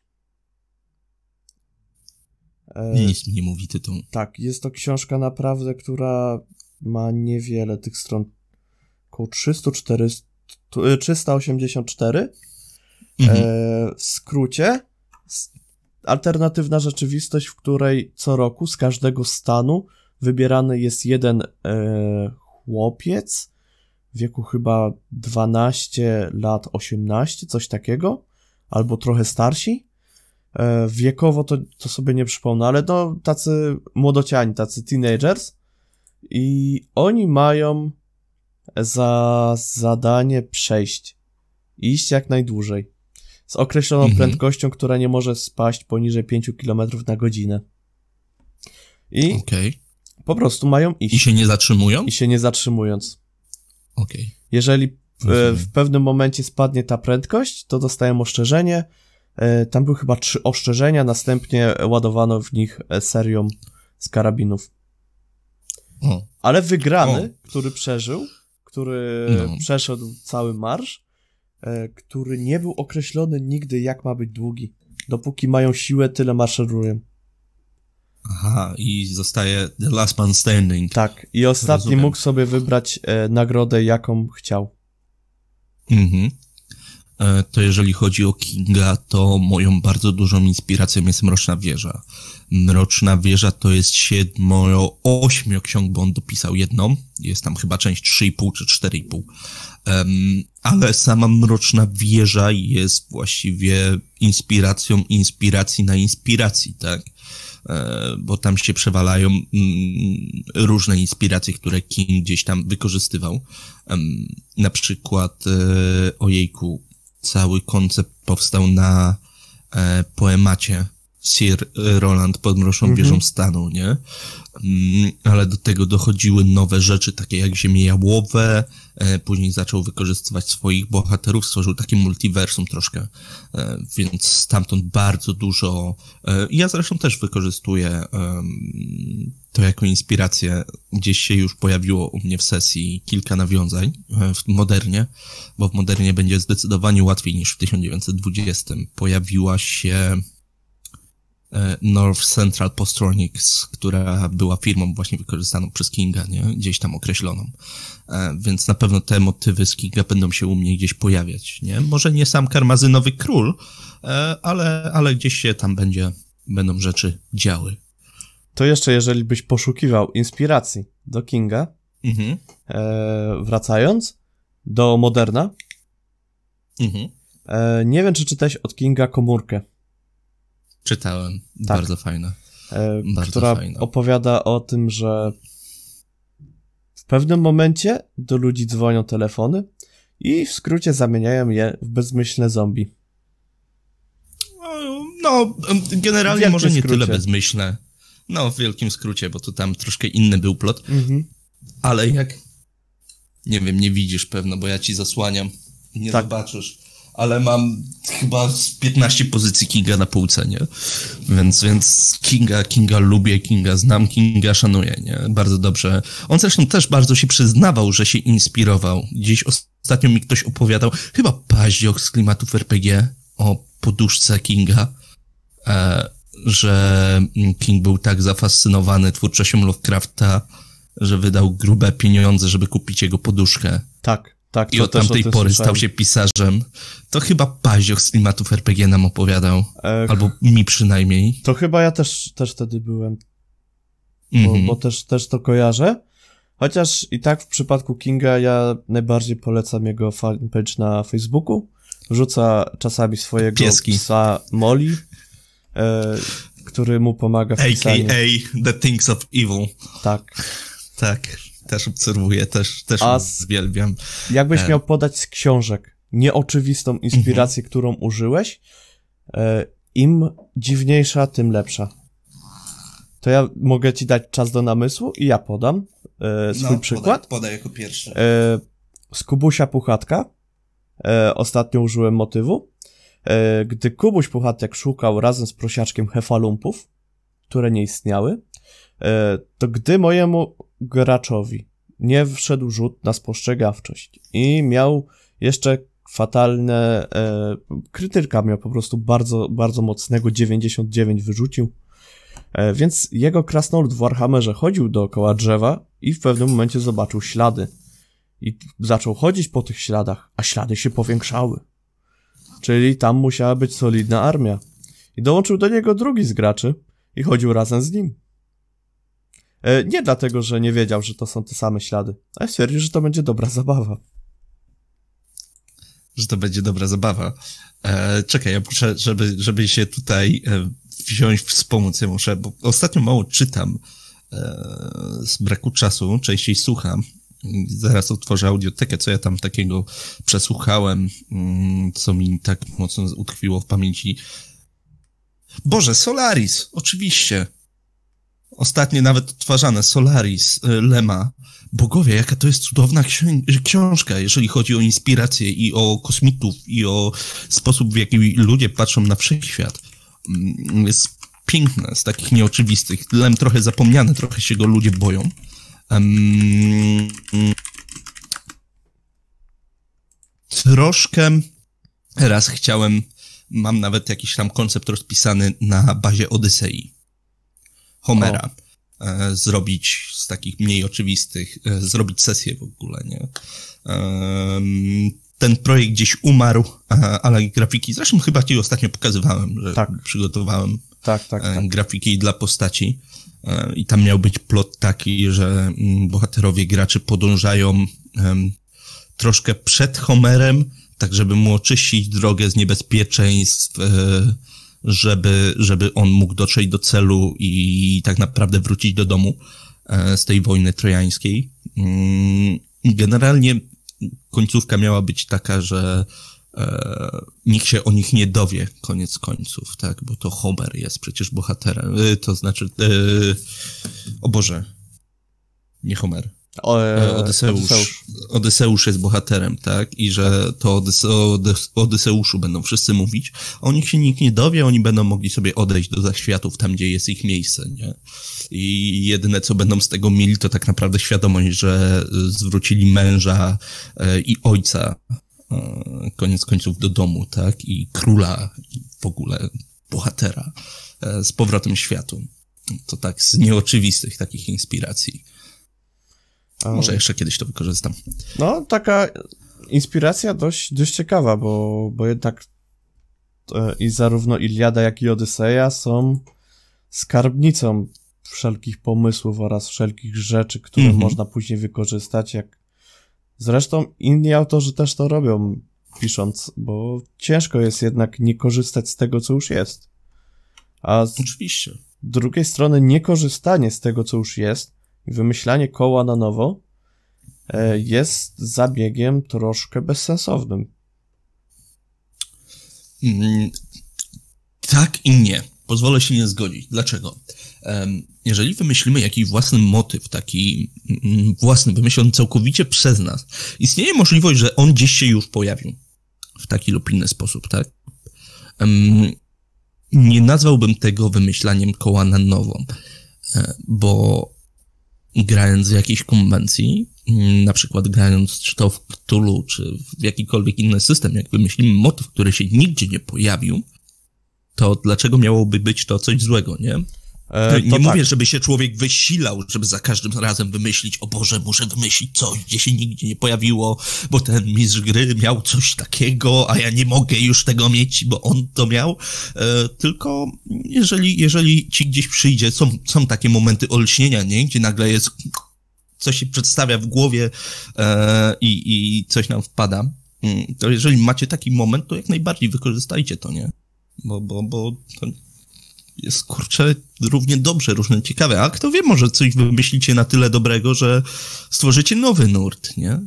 E, Nic mi nie mówi tytuł. tak, jest to książka naprawdę, która ma niewiele tych stron. Około trzysta czterysta, trzysta osiemdziesiąt cztery. Mhm. E, w skrócie, s- alternatywna rzeczywistość, w której co roku z każdego stanu wybierany jest jeden e, chłopiec w wieku chyba dwanaście lat, osiemnaście, coś takiego, albo trochę starsi. E, wiekowo to, to sobie nie przypomnę, ale no tacy młodociani, tacy teenagers i oni mają za zadanie przejść, iść jak najdłużej, z określoną Mhm. prędkością, która nie może spaść poniżej pięć kilometrów na godzinę. I Okej. po prostu mają I iść. się nie zatrzymują? I się nie zatrzymując. Okej. Jeżeli w, Rozumiem. w pewnym momencie spadnie ta prędkość, to dostają ostrzeżenie. E, Tam były chyba trzy ostrzeżenia, następnie ładowano w nich e, serią z karabinów. O. Ale wygrany, O. który przeżył, który No. przeszedł cały marsz, e, który nie był określony nigdy, jak ma być długi. Dopóki mają siłę, tyle maszerują. Aha, i zostaje The Last Man Standing. Tak, i ostatni Rozumiem. mógł sobie wybrać e, nagrodę, jaką chciał. Mhm. E, To jeżeli chodzi o Kinga, to moją bardzo dużą inspiracją jest Mroczna Wieża. Mroczna Wieża to jest siedmo, ośmiu ksiąg, bo on dopisał jedną. Jest tam chyba część trzy i pół czy cztery i pół. Um, ale sama Mroczna Wieża jest właściwie inspiracją inspiracji na inspiracji, tak? E, Bo tam się przewalają mm, różne inspiracje, które King gdzieś tam wykorzystywał. Um, na przykład, e, ojejku, cały koncept powstał na e, poemacie Sir Roland pod Mroczną Mhm. Wieżą stanął, nie? Mm, ale do tego dochodziły nowe rzeczy, takie jak Ziemie Jałowe, e, później zaczął wykorzystywać swoich bohaterów, stworzył takie multiversum troszkę, e, więc stamtąd bardzo dużo, e, ja zresztą też wykorzystuję em, to jako inspirację, gdzieś się już pojawiło u mnie w sesji kilka nawiązań e, w Modernie, bo w Modernie będzie zdecydowanie łatwiej niż w tysiąc dziewięćset dwudziestym. Pojawiła się North Central Postronics, która była firmą właśnie wykorzystaną przez Kinga, nie? Gdzieś tam określoną. E, więc na pewno te motywy z Kinga będą się u mnie gdzieś pojawiać, nie? Może nie sam Karmazynowy Król, e, ale, ale gdzieś się tam będzie, będą rzeczy działy. To jeszcze, jeżeli byś poszukiwał inspiracji do Kinga, Mhm. e, wracając do Moderna, Mhm. e, nie wiem, czy czytałeś od Kinga Komórkę. Czytałem. Tak. Bardzo fajne. E, Bardzo która fajne. opowiada o tym, że w pewnym momencie do ludzi dzwonią telefony i w skrócie zamieniają je w bezmyślne zombie. No, generalnie wielkim może nie skrócie. tyle bezmyślne. No, w wielkim skrócie, bo to tam troszkę inny był plot. Mhm. Ale jak, nie wiem, nie widzisz pewno, bo ja ci zasłaniam, nie Tak. zobaczysz, ale mam chyba z piętnaście pozycji Kinga na półce, nie? Więc, więc Kinga, Kinga lubię, Kinga znam, Kinga szanuję, nie? Bardzo dobrze. On zresztą też bardzo się przyznawał, że się inspirował. Gdzieś ostatnio mi ktoś opowiadał, chyba Paździoch z Klimatów er pe gie, o poduszce Kinga, e, że King był tak zafascynowany twórczością Lovecrafta, że wydał grube pieniądze, żeby kupić jego poduszkę. Tak, tak. I od tamtej pory słyszałem. Stał się pisarzem. To chyba Paździoch z Klimatów er pe gie nam opowiadał. Ech, albo mi przynajmniej. To chyba ja też, też wtedy byłem. Bo, mm-hmm. bo też, też to kojarzę. Chociaż i tak w przypadku Kinga ja najbardziej polecam jego fanpage na Facebooku. Wrzuca czasami swojego Pieski. psa Molly, e, który mu pomaga w pisaniu. A K A The Things of Evil. Tak. Tak, też obserwuję, też, też A uwielbiam. Jakbyś e... miał podać z książek nieoczywistą inspirację, mm-hmm. którą użyłeś, e, im dziwniejsza, tym lepsza. To ja mogę ci dać czas do namysłu i ja podam e, swój no, przykład. Podaj, podaj jako pierwszy. E, z Kubusia Puchatka e, ostatnio użyłem motywu. E, gdy Kubuś Puchatek szukał razem z prosiaczkiem hefalumpów, które nie istniały, e, to gdy mojemu graczowi nie wszedł rzut na spostrzegawczość i miał jeszcze fatalne e, krytyka, miał po prostu bardzo, bardzo mocnego dziewięćdziesiąt dziewięć wyrzucił, e, więc jego krasnolud w Warhammerze chodził dookoła drzewa i w pewnym momencie zobaczył ślady i zaczął chodzić po tych śladach, a ślady się powiększały, czyli tam musiała być solidna armia i dołączył do niego drugi z graczy i chodził razem z nim. Nie dlatego, że nie wiedział, że to są te same ślady, ale stwierdził, że to będzie dobra zabawa. Że to będzie dobra zabawa. E, czekaj, ja muszę, żeby, żeby się tutaj e, wziąć, wspomóc, ja muszę, bo ostatnio mało czytam e, z braku czasu, częściej słucham. Zaraz otworzę audiotekę, co ja tam takiego przesłuchałem, mm, co mi tak mocno utkwiło w pamięci. Boże, Solaris, oczywiście. Ostatnie nawet odtwarzane, Solaris, Lema. Bogowie, jaka to jest cudowna ksi- książka, jeżeli chodzi o inspirację i o kosmitów, i o sposób, w jaki ludzie patrzą na wszechświat. Jest piękne, z takich nieoczywistych. Lem trochę zapomniany, trochę się go ludzie boją. Um, troszkę raz chciałem, mam nawet jakiś tam koncept rozpisany na bazie Odysei. Homera. E, zrobić z takich mniej oczywistych, e, zrobić sesję w ogóle, nie? E, ten projekt gdzieś umarł, e, ale grafiki, zresztą chyba ci ostatnio pokazywałem, że tak. przygotowałem tak, tak, tak. E, grafiki dla postaci e, i tam miał być plot taki, że m, bohaterowie graczy podążają e, troszkę przed Homerem, tak żeby mu oczyścić drogę z niebezpieczeństw, e, żeby, żeby on mógł dotrzeć do celu i tak naprawdę wrócić do domu e, z tej wojny trojańskiej. Mm, generalnie końcówka miała być taka, że e, nikt się o nich nie dowie, koniec końców, tak, bo to Homer jest przecież bohaterem, e, to znaczy, e, o Boże, nie Homer. O, e, Odyseusz. Odyseusz. Odyseusz jest bohaterem, tak? I że to Odyse, Odys, Odyseuszu będą wszyscy mówić. O nich się nikt nie dowie, oni będą mogli sobie odejść do zaświatów, tam gdzie jest ich miejsce, nie? I jedyne, co będą z tego mieli, to tak naprawdę świadomość, że zwrócili męża e, i ojca e, koniec końców do domu, tak? I króla, i w ogóle bohatera e, z powrotem światu. To tak z nieoczywistych takich inspiracji. Może jeszcze kiedyś to wykorzystam. No, taka inspiracja dość, dość ciekawa, bo, bo jednak e, i zarówno Iliada, jak i Odyseja są skarbnicą wszelkich pomysłów oraz wszelkich rzeczy, które mm-hmm. można później wykorzystać. Jak zresztą inni autorzy też to robią, pisząc, bo ciężko jest jednak nie korzystać z tego, co już jest. A z Oczywiście. drugiej strony niekorzystanie z tego, co już jest, i wymyślanie koła na nowo e, jest zabiegiem troszkę bezsensownym. Mm, tak i nie. Pozwolę się nie zgodzić. Dlaczego? Um, jeżeli wymyślimy jakiś własny motyw, taki mm, własny, wymyślony całkowicie przez nas, istnieje możliwość, że on gdzieś się już pojawił. w taki lub inny sposób, tak? Um, nie nazwałbym tego wymyślaniem koła na nowo, bo grając w jakiejś konwencji, na przykład grając czy to w Cthulhu, czy w jakikolwiek inny system, jak wymyślimy motyw, który się nigdzie nie pojawił, to dlaczego miałoby być to coś złego, nie? E, nie mówię, tak. żeby się człowiek wysilał, żeby za każdym razem wymyślić, o Boże, muszę wymyślić coś, gdzie się nigdzie nie pojawiło, bo ten mistrz gry miał coś takiego, a ja nie mogę już tego mieć, bo on to miał. E, tylko jeżeli, jeżeli ci gdzieś przyjdzie, są, są takie momenty olśnienia, nie? Gdzie nagle jest, coś się przedstawia w głowie e, i, i coś nam wpada, to jeżeli macie taki moment, to jak najbardziej wykorzystajcie to, nie? Bo, bo, bo to jest, kurczę, równie dobrze, różne ciekawe. A kto wie, może coś wymyślicie na tyle dobrego, że stworzycie nowy nurt, nie?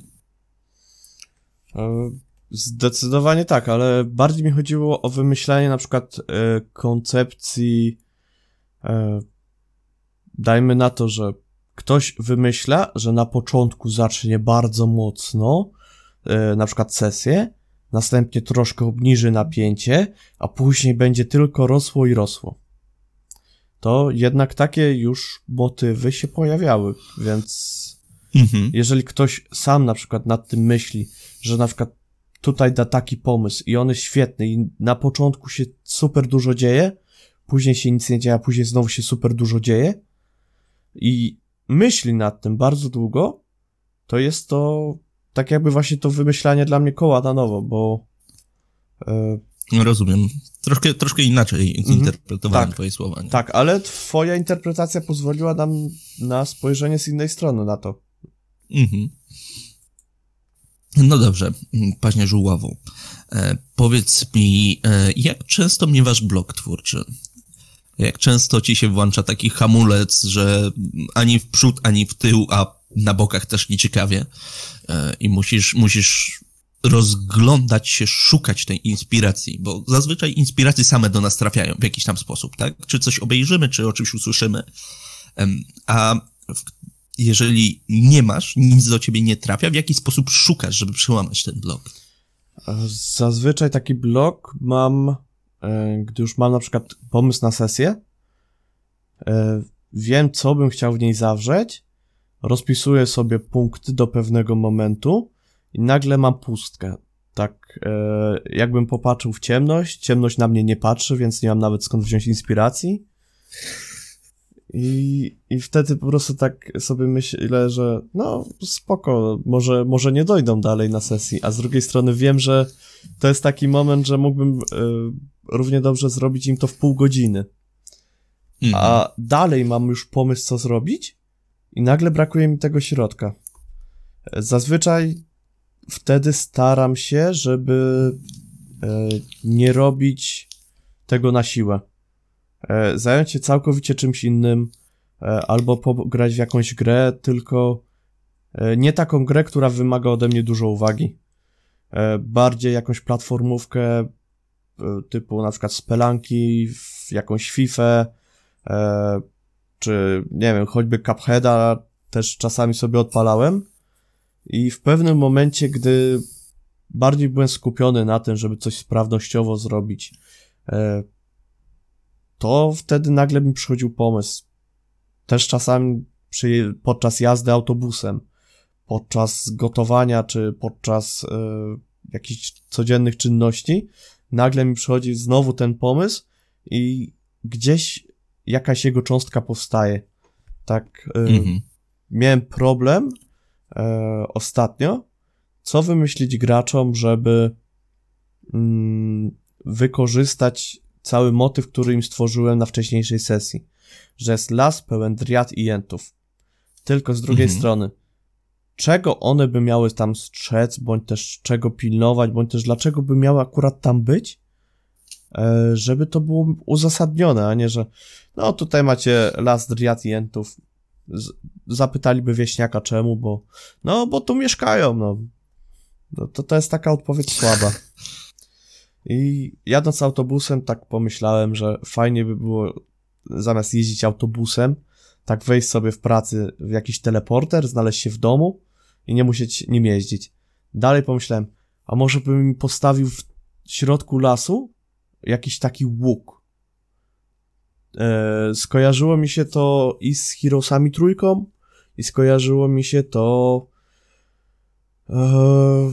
Zdecydowanie tak, ale bardziej mi chodziło o wymyślanie na przykład e, koncepcji, e, dajmy na to, że ktoś wymyśla, że na początku zacznie bardzo mocno, e, na przykład sesję, następnie troszkę obniży napięcie, a później będzie tylko rosło i rosło. To jednak takie już motywy się pojawiały, więc mhm. jeżeli ktoś sam na przykład nad tym myśli, że na przykład tutaj da taki pomysł i on jest świetny i na początku się super dużo dzieje, później się nic nie dzieje, a później znowu się super dużo dzieje i myśli nad tym bardzo długo, to jest to tak jakby właśnie to wymyślanie dla mnie koła na nowo, bo... Yy... Rozumiem. Troszkę, troszkę inaczej zinterpretowałem tak, twoje słowa. Nie? Tak, ale twoja interpretacja pozwoliła nam na spojrzenie z innej strony na to. Mhm. No dobrze, Paźnie Żuławą. E, powiedz mi, e, jak często miewasz blok twórczy? Jak często ci się włącza taki hamulec, że ani w przód, ani w tył, a na bokach też nieciekawie e, i musisz, musisz rozglądać się, szukać tej inspiracji, bo zazwyczaj inspiracje same do nas trafiają w jakiś tam sposób, tak? Czy coś obejrzymy, czy o czymś usłyszymy, a jeżeli nie masz, nic do ciebie nie trafia, w jaki sposób szukasz, żeby przełamać ten blok? Zazwyczaj taki blok mam, gdy już mam na przykład pomysł na sesję, wiem, co bym chciał w niej zawrzeć, rozpisuję sobie punkty do pewnego momentu i nagle mam pustkę. Tak, e, jakbym popatrzył w ciemność, ciemność na mnie nie patrzy, więc nie mam nawet skąd wziąć inspiracji. I, i wtedy po prostu tak sobie myślę, że no spoko, może, może nie dojdą dalej na sesji, a z drugiej strony wiem, że to jest taki moment, że mógłbym e, równie dobrze zrobić im to w pół godziny. Mhm. A dalej mam już pomysł, co zrobić i nagle brakuje mi tego środka. Zazwyczaj wtedy staram się, żeby e, nie robić tego na siłę. E, zająć się całkowicie czymś innym, e, albo pograć w jakąś grę, tylko e, nie taką grę, która wymaga ode mnie dużo uwagi. E, bardziej jakąś platformówkę e, typu na przykład Spelunki, w jakąś Fifę, e, czy nie wiem, choćby Cupheada też czasami sobie odpalałem. I w pewnym momencie, gdy bardziej byłem skupiony na tym, żeby coś sprawnościowo zrobić, to wtedy nagle mi przychodził pomysł. Też czasami przy, podczas jazdy autobusem, podczas gotowania, czy podczas y, jakichś codziennych czynności, nagle mi przychodzi znowu ten pomysł i gdzieś jakaś jego cząstka powstaje. Tak, y, mhm. Miałem problem E, ostatnio, co wymyślić graczom, żeby mm, wykorzystać cały motyw, który im stworzyłem na wcześniejszej sesji. Że jest las pełen driad i jentów. Tylko z drugiej mhm. strony, czego one by miały tam strzec, bądź też czego pilnować, bądź też dlaczego by miały akurat tam być, e, żeby to było uzasadnione, a nie, że no tutaj macie las driad i jentów. Z- zapytaliby wieśniaka czemu, bo no, bo tu mieszkają, no. No to to jest taka odpowiedź słaba. I jadąc autobusem tak pomyślałem, że fajnie by było zamiast jeździć autobusem, tak wejść sobie w pracy w jakiś teleporter, znaleźć się w domu i nie musieć nim jeździć. Dalej pomyślałem, a może bym postawił w środku lasu jakiś taki łuk. E, skojarzyło mi się to i z Heroesami trójką, i skojarzyło mi się to e,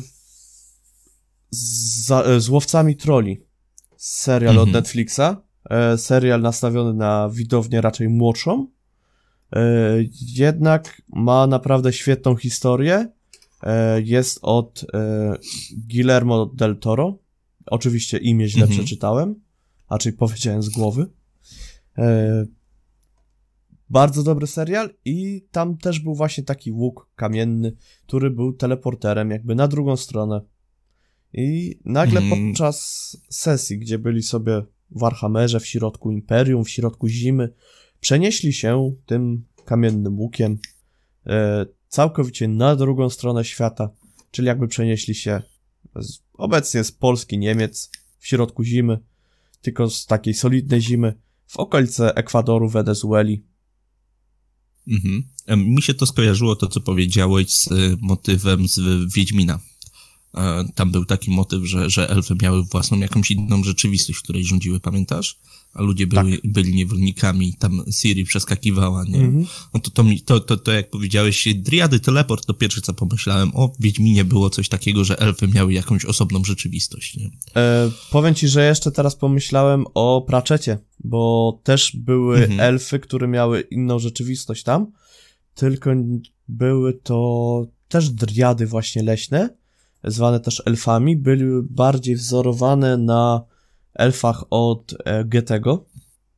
z, za, z Łowcami Troli. Serial mhm. od Netflixa. E, serial nastawiony na widownię raczej młodszą. E, jednak ma naprawdę świetną historię. E, jest od e, Guillermo del Toro. Oczywiście imię źle mhm. przeczytałem, a czyli powiedziałem z głowy. E, bardzo dobry serial i tam też był właśnie taki łuk kamienny, który był teleporterem jakby na drugą stronę. I nagle mhm. podczas sesji, gdzie byli sobie w Warhammerze, w środku Imperium, w środku zimy, przenieśli się tym kamiennym łukiem e, całkowicie na drugą stronę świata, czyli jakby przenieśli się z, obecnie z Polski, Niemiec, w środku zimy, tylko z takiej solidnej zimy, w okolice Ekwadoru, Wenezueli. Mhm. Mi się to skojarzyło, to co powiedziałeś, z motywem z Wiedźmina. Tam był taki motyw, że, że elfy miały własną jakąś inną rzeczywistość, w której rządziły, pamiętasz? A ludzie byli, tak. byli niewolnikami, tam Ciri przeskakiwała, nie? Mm-hmm. No to, to, to, to, to jak powiedziałeś, driady, teleport, to pierwsze co pomyślałem, o, w Wiedźminie było coś takiego, że elfy miały jakąś osobną rzeczywistość, nie? E, powiem ci, że jeszcze teraz pomyślałem o Pratchettie, bo też były mm-hmm. elfy, które miały inną rzeczywistość tam, tylko były to też driady właśnie leśne, zwane też elfami, były bardziej wzorowane na elfach od e, Goethego.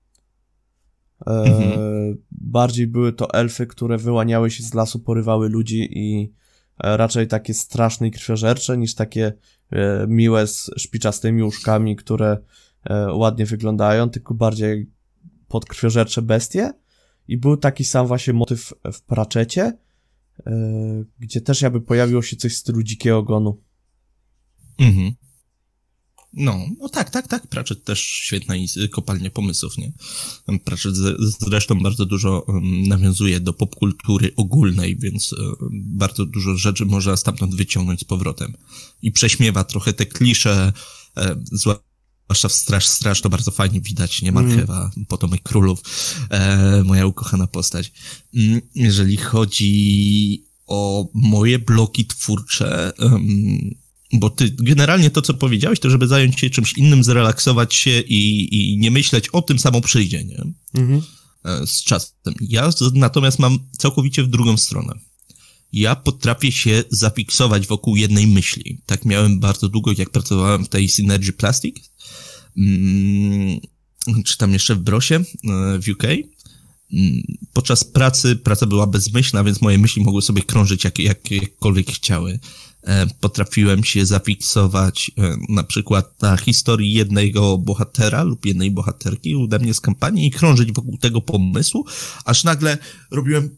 E, mhm. Bardziej były to elfy, które wyłaniały się z lasu, porywały ludzi i e, raczej takie straszne i krwiożercze, niż takie e, miłe z szpiczastymi uszkami, które e, ładnie wyglądają, tylko bardziej podkrwiożercze bestie. I był taki sam właśnie motyw w Pratchettie, e, gdzie też jakby pojawiło się coś w stylu Dzikiego Gonu. Mhm. No, no tak, tak, tak. Pratchett też świetna kopalnia pomysłów, nie? Pratchett zresztą bardzo dużo um, nawiązuje do popkultury ogólnej, więc um, bardzo dużo rzeczy można stamtąd wyciągnąć z powrotem. I prześmiewa trochę te klisze, um, zwłaszcza w Straż Straż, to bardzo fajnie widać, nie? Marchewa, mm. potomek królów, e, moja ukochana postać. Jeżeli chodzi o moje bloki twórcze, um, bo ty generalnie to, co powiedziałeś, to żeby zająć się czymś innym, zrelaksować się i, i nie myśleć o tym, samo przyjdzie, nie? Mhm. Z czasem. Ja natomiast mam całkowicie w drugą stronę. Ja potrafię się zafiksować wokół jednej myśli. Tak miałem bardzo długo, jak pracowałem w tej Synergy Plastic, hmm, czy tam jeszcze w Brosie w U K. Podczas pracy, praca była bezmyślna, więc moje myśli mogły sobie krążyć jak, jak, jakkolwiek chciały. Potrafiłem się zafiksować na przykład na historii jednego bohatera lub jednej bohaterki ode mnie z kampanii i krążyć wokół tego pomysłu, aż nagle robiłem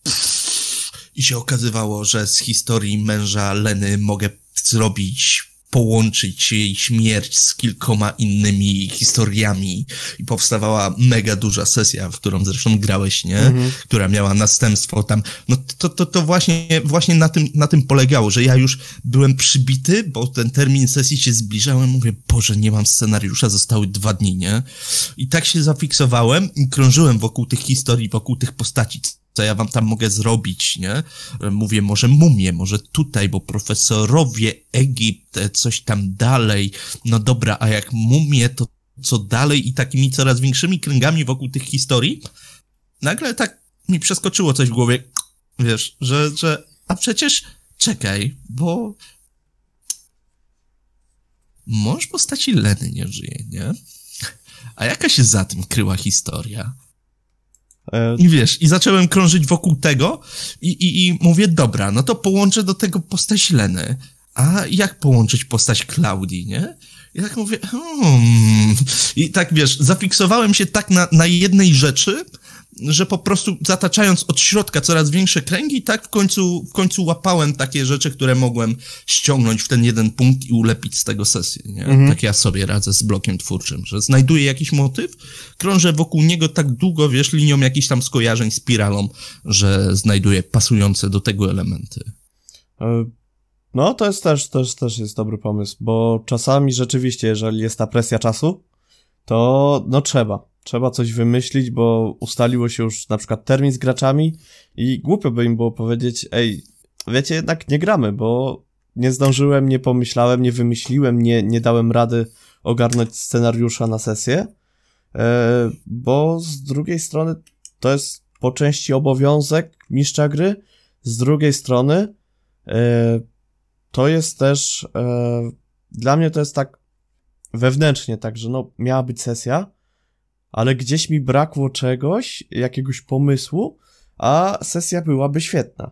i się okazywało, że z historii męża Leny mogę zrobić, połączyć jej śmierć z kilkoma innymi historiami i powstawała mega duża sesja, w którą zresztą grałeś, nie? Mhm. Która miała następstwo tam. No to, to, to właśnie, właśnie na tym, na tym polegało, że ja już byłem przybity, bo ten termin sesji się zbliżałem, mówię, Boże, nie mam scenariusza, zostały dwa dni, nie? I tak się zafiksowałem i krążyłem wokół tych historii, wokół tych postaci, co ja wam tam mogę zrobić, nie? Mówię, może mumię, może tutaj, bo profesorowie, Egipt, coś tam dalej. No dobra, a jak mumię, to co dalej? I takimi coraz większymi kręgami wokół tych historii. Nagle tak mi przeskoczyło coś w głowie, wiesz, że, że a przecież czekaj, bo mąż postaci Leny nie żyje, nie? A jaka się za tym kryła historia? I wiesz, i zacząłem krążyć wokół tego i, i, i mówię, dobra, no to połączę do tego postać Leny. A jak połączyć postać Klaudii, nie? I tak mówię, hmm. I tak wiesz, zafiksowałem się tak na, na jednej rzeczy, że po prostu zataczając od środka coraz większe kręgi, tak w końcu, w końcu łapałem takie rzeczy, które mogłem ściągnąć w ten jeden punkt i ulepić z tego sesję, nie? Mhm. Tak ja sobie radzę z blokiem twórczym, że znajduję jakiś motyw, krążę wokół niego tak długo, wiesz, linią jakichś tam skojarzeń, spiralą, że znajduję pasujące do tego elementy. No, to jest też, też, też jest dobry pomysł, bo czasami rzeczywiście, jeżeli jest ta presja czasu, to no trzeba. Trzeba coś wymyślić, bo ustaliło się już na przykład termin z graczami i głupio by im było powiedzieć, ej, wiecie, jednak nie gramy, bo nie zdążyłem, nie pomyślałem, nie wymyśliłem, nie, nie dałem rady ogarnąć scenariusza na sesję, e, bo z drugiej strony to jest po części obowiązek mistrza gry, z drugiej strony e, to jest też, e, dla mnie to jest tak wewnętrznie, tak, że no miała być sesja, ale gdzieś mi brakło czegoś, jakiegoś pomysłu, a sesja byłaby świetna.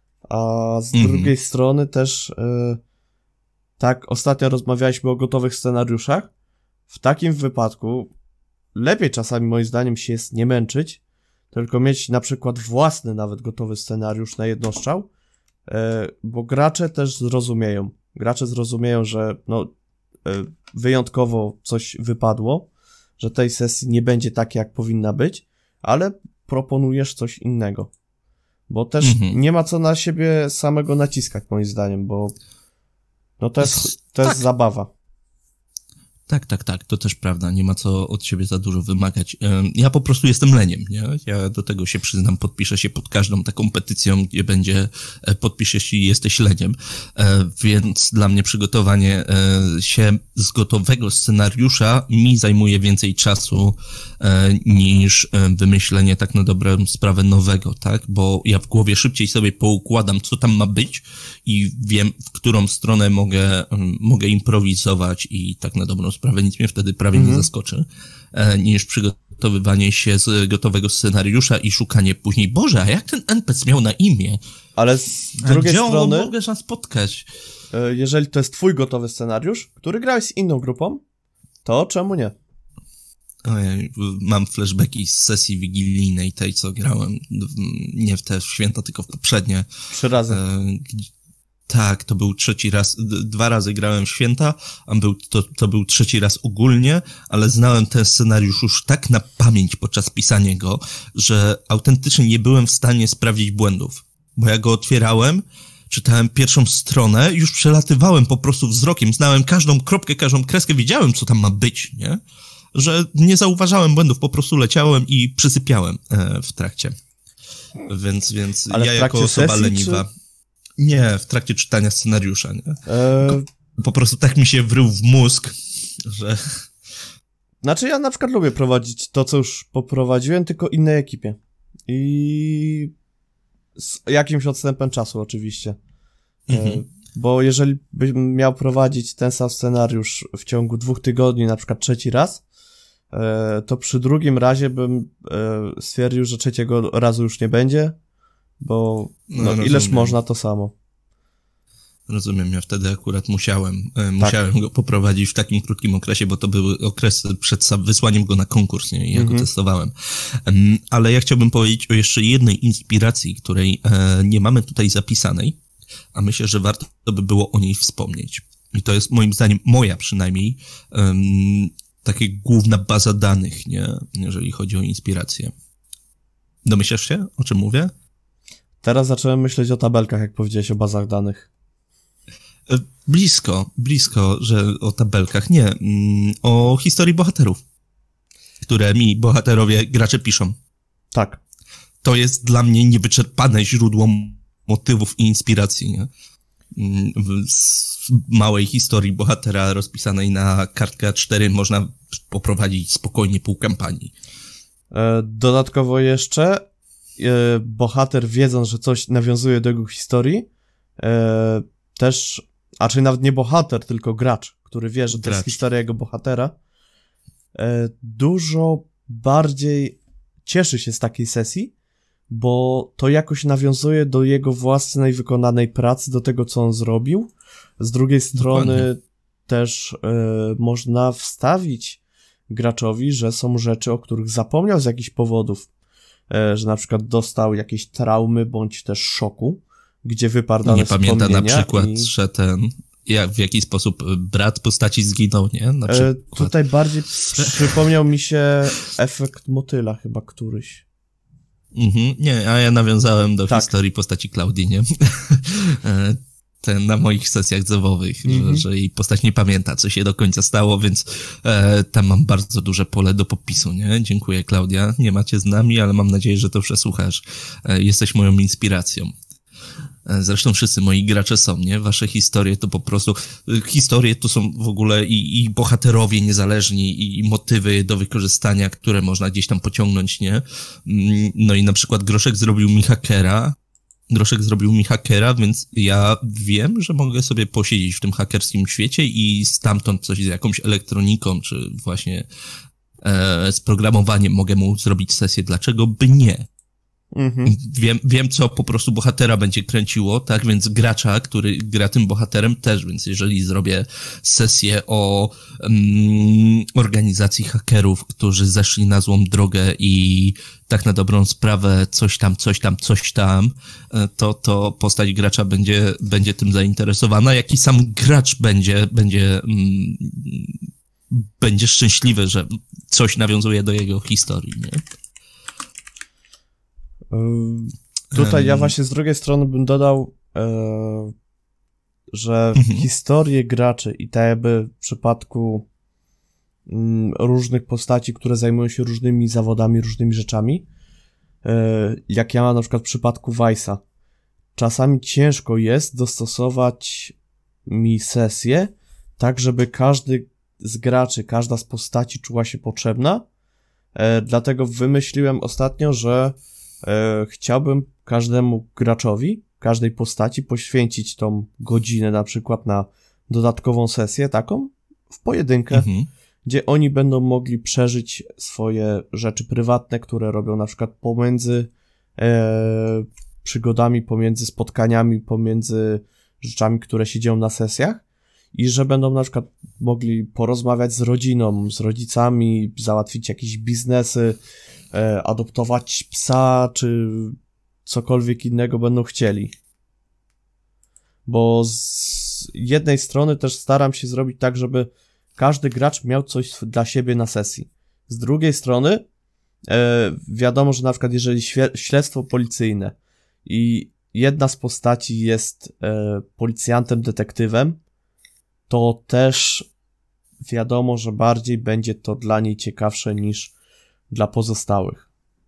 A z mm. drugiej strony też e, tak, ostatnio rozmawialiśmy o gotowych scenariuszach. W takim wypadku lepiej czasami moim zdaniem się jest nie męczyć, tylko mieć na przykład własny nawet gotowy scenariusz na jednostrzał, e, bo gracze też zrozumieją. Gracze zrozumieją, że no e, wyjątkowo coś wypadło, że tej sesji nie będzie tak, jak powinna być, ale proponujesz coś innego. Bo też mm-hmm. nie ma co na siebie samego naciskać, moim zdaniem, bo no to jest, to jest tak. zabawa. Tak, tak, tak, to też prawda, nie ma co od siebie za dużo wymagać. Ja po prostu jestem leniem, nie? Ja do tego się przyznam, podpiszę się pod każdą taką petycją, gdzie będzie podpisz, jeśli jesteś leniem, więc dla mnie przygotowanie się z gotowego scenariusza mi zajmuje więcej czasu niż wymyślenie tak na dobrą sprawę nowego, tak? Bo ja w głowie szybciej sobie poukładam, co tam ma być i wiem, w którą stronę mogę, mogę improwizować i tak na dobrą sprawę nic mnie wtedy prawie mm-hmm. nie zaskoczy, e, niż przygotowywanie się z gotowego scenariusza i szukanie później, Boże, a jak ten N P C miał na imię? Ale z drugiej Gdzie strony, mogę nas spotkać? E, jeżeli to jest twój gotowy scenariusz, który grałeś z inną grupą, to czemu nie? Ojej, mam flashbacki z sesji wigilijnej, tej co grałem, nie w te święta, tylko w poprzednie. Trzy razy. E, Tak, to był trzeci raz, d- dwa razy grałem święta, a był, to, to był trzeci raz ogólnie, ale znałem ten scenariusz już tak na pamięć podczas pisania go, że autentycznie nie byłem w stanie sprawdzić błędów. Bo ja go otwierałem, czytałem pierwszą stronę, już przelatywałem po prostu wzrokiem, znałem każdą kropkę, każdą kreskę, wiedziałem, co tam ma być, nie? Że nie zauważałem błędów, po prostu leciałem i przysypiałem e, w trakcie. Więc, więc ale ja jako osoba leniwa... Czy... Nie, w trakcie czytania scenariusza, nie? Eee... Po prostu tak mi się wrył w mózg, że... Znaczy ja na przykład lubię prowadzić to, co już poprowadziłem, tylko innej ekipie. I z jakimś odstępem czasu oczywiście. Mhm. Eee, bo jeżeli bym miał prowadzić ten sam scenariusz w ciągu dwóch tygodni, na przykład trzeci raz, eee, to przy drugim razie bym eee, stwierdził, że trzeciego razu już nie będzie, bo no, no, ileż można to samo. Rozumiem, ja wtedy akurat musiałem, e, musiałem tak. go poprowadzić w takim krótkim okresie, bo to były okresy przed wysłaniem go na konkurs, nie? I ja mhm. go testowałem. Um, ale ja chciałbym powiedzieć o jeszcze jednej inspiracji, której e, nie mamy tutaj zapisanej, a myślę, że warto by było o niej wspomnieć. I to jest moim zdaniem, moja przynajmniej, um, taka główna baza danych, nie? Jeżeli chodzi o inspirację. Domyślasz się, o czym mówię? Teraz zacząłem myśleć o tabelkach, jak powiedziałeś o bazach danych. Blisko, blisko, że o tabelkach, nie, mm, o historii bohaterów, które mi bohaterowie, gracze piszą. Tak. To jest dla mnie niewyczerpane źródło motywów i inspiracji, nie? Z małej historii bohatera rozpisanej na kartkę A cztery można poprowadzić spokojnie pół kampanii. Dodatkowo jeszcze bohater, wiedząc, że coś nawiązuje do jego historii, też, a czy nawet nie bohater, tylko gracz, który wie, że to gracz. jest historia jego bohatera, dużo bardziej cieszy się z takiej sesji, bo to jakoś nawiązuje do jego własnej wykonanej pracy, do tego, co on zrobił. Z drugiej strony Dokładnie. też y, można wstawić graczowi, że są rzeczy, o których zapomniał z jakichś powodów, y, że na przykład dostał jakieś traumy, bądź też szoku, gdzie wyparł dane Nie pamięta na przykład, i... że ten, jak, w jaki sposób brat postaci zginął, nie? Na przykład. Y, tutaj bardziej przypomniał mi się efekt motyla chyba któryś. Mhm, nie, a ja nawiązałem do tak. historii postaci Klaudii, nie? ten, na moich sesjach zewowych, mm-hmm. że, że jej postać nie pamięta, co się do końca stało, więc e, tam mam bardzo duże pole do popisu, nie? Dziękuję, Klaudia. Nie macie z nami, ale mam nadzieję, że to przesłuchasz. E, jesteś moją inspiracją. Zresztą wszyscy moi gracze są, nie? Wasze historie to po prostu... Historie to są w ogóle i, i bohaterowie niezależni, i, i motywy do wykorzystania, które można gdzieś tam pociągnąć, nie? No i na przykład Groszek zrobił mi hakera. Groszek zrobił mi hakera, więc ja wiem, że mogę sobie posiedzieć w tym hakerskim świecie i stamtąd coś z jakąś elektroniką, czy właśnie e, z programowaniem mogę mu zrobić sesję. Dlaczego by nie? Mhm. Wiem, wiem, co po prostu bohatera będzie kręciło, tak, więc gracza, który gra tym bohaterem też, więc jeżeli zrobię sesję o um, organizacji hakerów, którzy zeszli na złą drogę i tak na dobrą sprawę coś tam, coś tam, coś tam, to, to postać gracza będzie, będzie tym zainteresowana, jak i sam gracz będzie, będzie, um, będzie szczęśliwy, że coś nawiązuje do jego historii, nie? Tutaj ja właśnie z drugiej strony bym dodał, że Mhm. historie graczy i tak jakby w przypadku różnych postaci, które zajmują się różnymi zawodami, różnymi rzeczami, jak ja mam na przykład w przypadku Vice'a, czasami ciężko jest dostosować mi sesję tak, żeby każdy z graczy, każda z postaci czuła się potrzebna, dlatego wymyśliłem ostatnio, że E, chciałbym każdemu graczowi, każdej postaci poświęcić tą godzinę na przykład na dodatkową sesję taką w pojedynkę, Mhm. gdzie oni będą mogli przeżyć swoje rzeczy prywatne, które robią na przykład pomiędzy e, przygodami, pomiędzy spotkaniami, pomiędzy rzeczami, które się dzieją na sesjach i że będą na przykład mogli porozmawiać z rodziną, z rodzicami, załatwić jakieś biznesy, adoptować psa, czy cokolwiek innego będą chcieli. Bo z jednej strony też staram się zrobić tak, żeby każdy gracz miał coś dla siebie na sesji. Z drugiej strony e, wiadomo, że na przykład jeżeli śledztwo policyjne i jedna z postaci jest e, policjantem, detektywem, to też wiadomo, że bardziej będzie to dla niej ciekawsze niż dla pozostałych.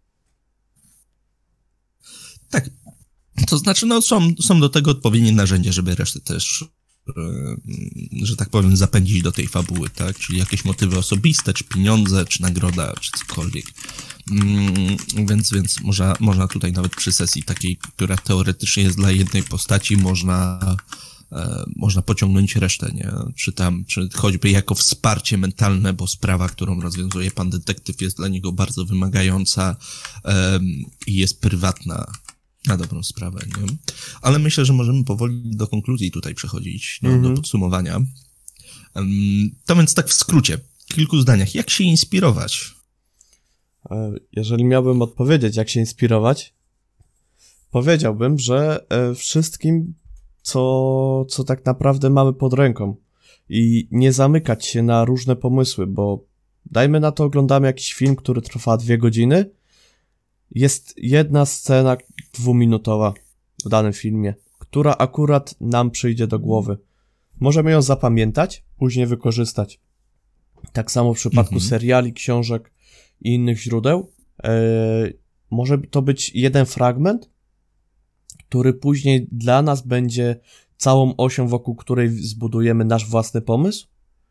Tak. To znaczy, no są, są do tego odpowiednie narzędzia, żeby resztę też, yy, że tak powiem, zapędzić do tej fabuły, tak? Czyli jakieś motywy osobiste, czy pieniądze, czy nagroda, czy cokolwiek. Yy, więc więc można, można tutaj nawet przy sesji takiej, która teoretycznie jest dla jednej postaci, można można pociągnąć resztę, nie? Czy tam, czy choćby jako wsparcie mentalne, bo sprawa, którą rozwiązuje pan detektyw, jest dla niego bardzo wymagająca um, i jest prywatna, na dobrą sprawę, nie? Ale myślę, że możemy powoli do konkluzji tutaj przechodzić, no, mm-hmm. do podsumowania. Um, to więc tak w skrócie, w kilku zdaniach, jak się inspirować? Jeżeli miałbym odpowiedzieć, jak się inspirować, powiedziałbym, że wszystkim co, co tak naprawdę mamy pod ręką i nie zamykać się na różne pomysły, bo dajmy na to, oglądamy jakiś film, który trwa dwie godziny, jest jedna scena dwuminutowa w danym filmie, która akurat nam przyjdzie do głowy. Możemy ją zapamiętać, później wykorzystać. Tak samo w przypadku mhm. seriali, książek i innych źródeł. Eee, może to być jeden fragment, który później dla nas będzie całą osią, wokół której zbudujemy nasz własny pomysł.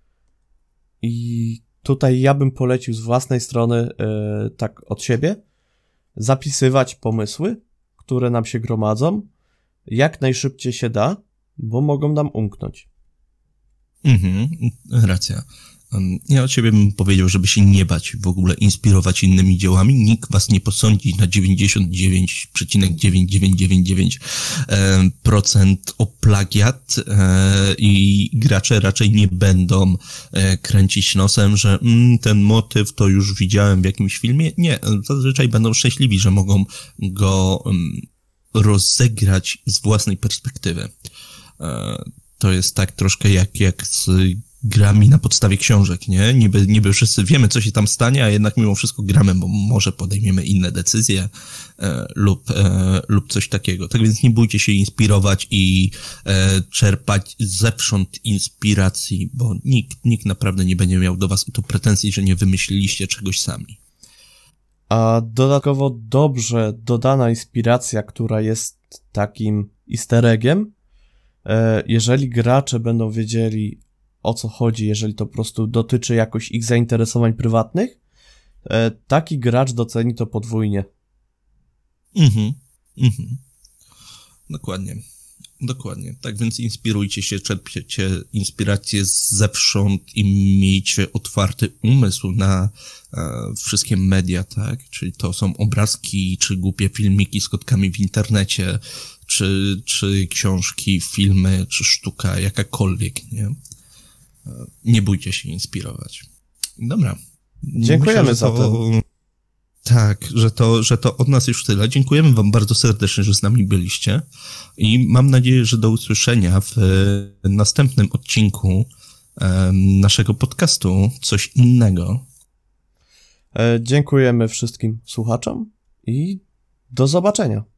I tutaj ja bym polecił z własnej strony, yy, tak od siebie, zapisywać pomysły, które nam się gromadzą, jak najszybciej się da, bo mogą nam umknąć. Mhm, racja. Ja od siebie bym powiedział, żeby się nie bać w ogóle inspirować innymi dziełami. Nikt was nie posądzi na dziewięćdziesiąt dziewięć przecinek dziewięć dziewięć dziewięć dziewięć procent o plagiat i gracze raczej nie będą kręcić nosem, że mm, ten motyw to już widziałem w jakimś filmie. Nie, zazwyczaj będą szczęśliwi, że mogą go rozegrać z własnej perspektywy. To jest tak troszkę jak, jak z grami na podstawie książek, nie? Niby, niby wszyscy wiemy, co się tam stanie, a jednak mimo wszystko gramy, bo może podejmiemy inne decyzje e, lub, e, lub coś takiego. Tak więc nie bójcie się inspirować i e, czerpać zewsząd inspiracji, bo nikt, nikt naprawdę nie będzie miał do was tu pretensji, że nie wymyśliliście czegoś sami. A dodatkowo dobrze dodana inspiracja, która jest takim easter eggiem, jeżeli gracze będą wiedzieli, o co chodzi, jeżeli to po prostu dotyczy jakoś ich zainteresowań prywatnych, taki gracz doceni to podwójnie. Mhm, mhm. Dokładnie. Dokładnie. Tak więc inspirujcie się, czerpiecie inspirację zewsząd i miejcie otwarty umysł na e, wszystkie media, tak? Czyli to są obrazki, czy głupie filmiki z kotkami w internecie, czy, czy książki, filmy, czy sztuka, jakakolwiek, nie? E, nie bójcie się inspirować. Dobra. Dziękujemy Myślę, za to. to. Tak, że to, że to od nas już tyle. Dziękujemy wam bardzo serdecznie, że z nami byliście i mam nadzieję, że do usłyszenia w następnym odcinku naszego podcastu Coś innego. Dziękujemy wszystkim słuchaczom i do zobaczenia.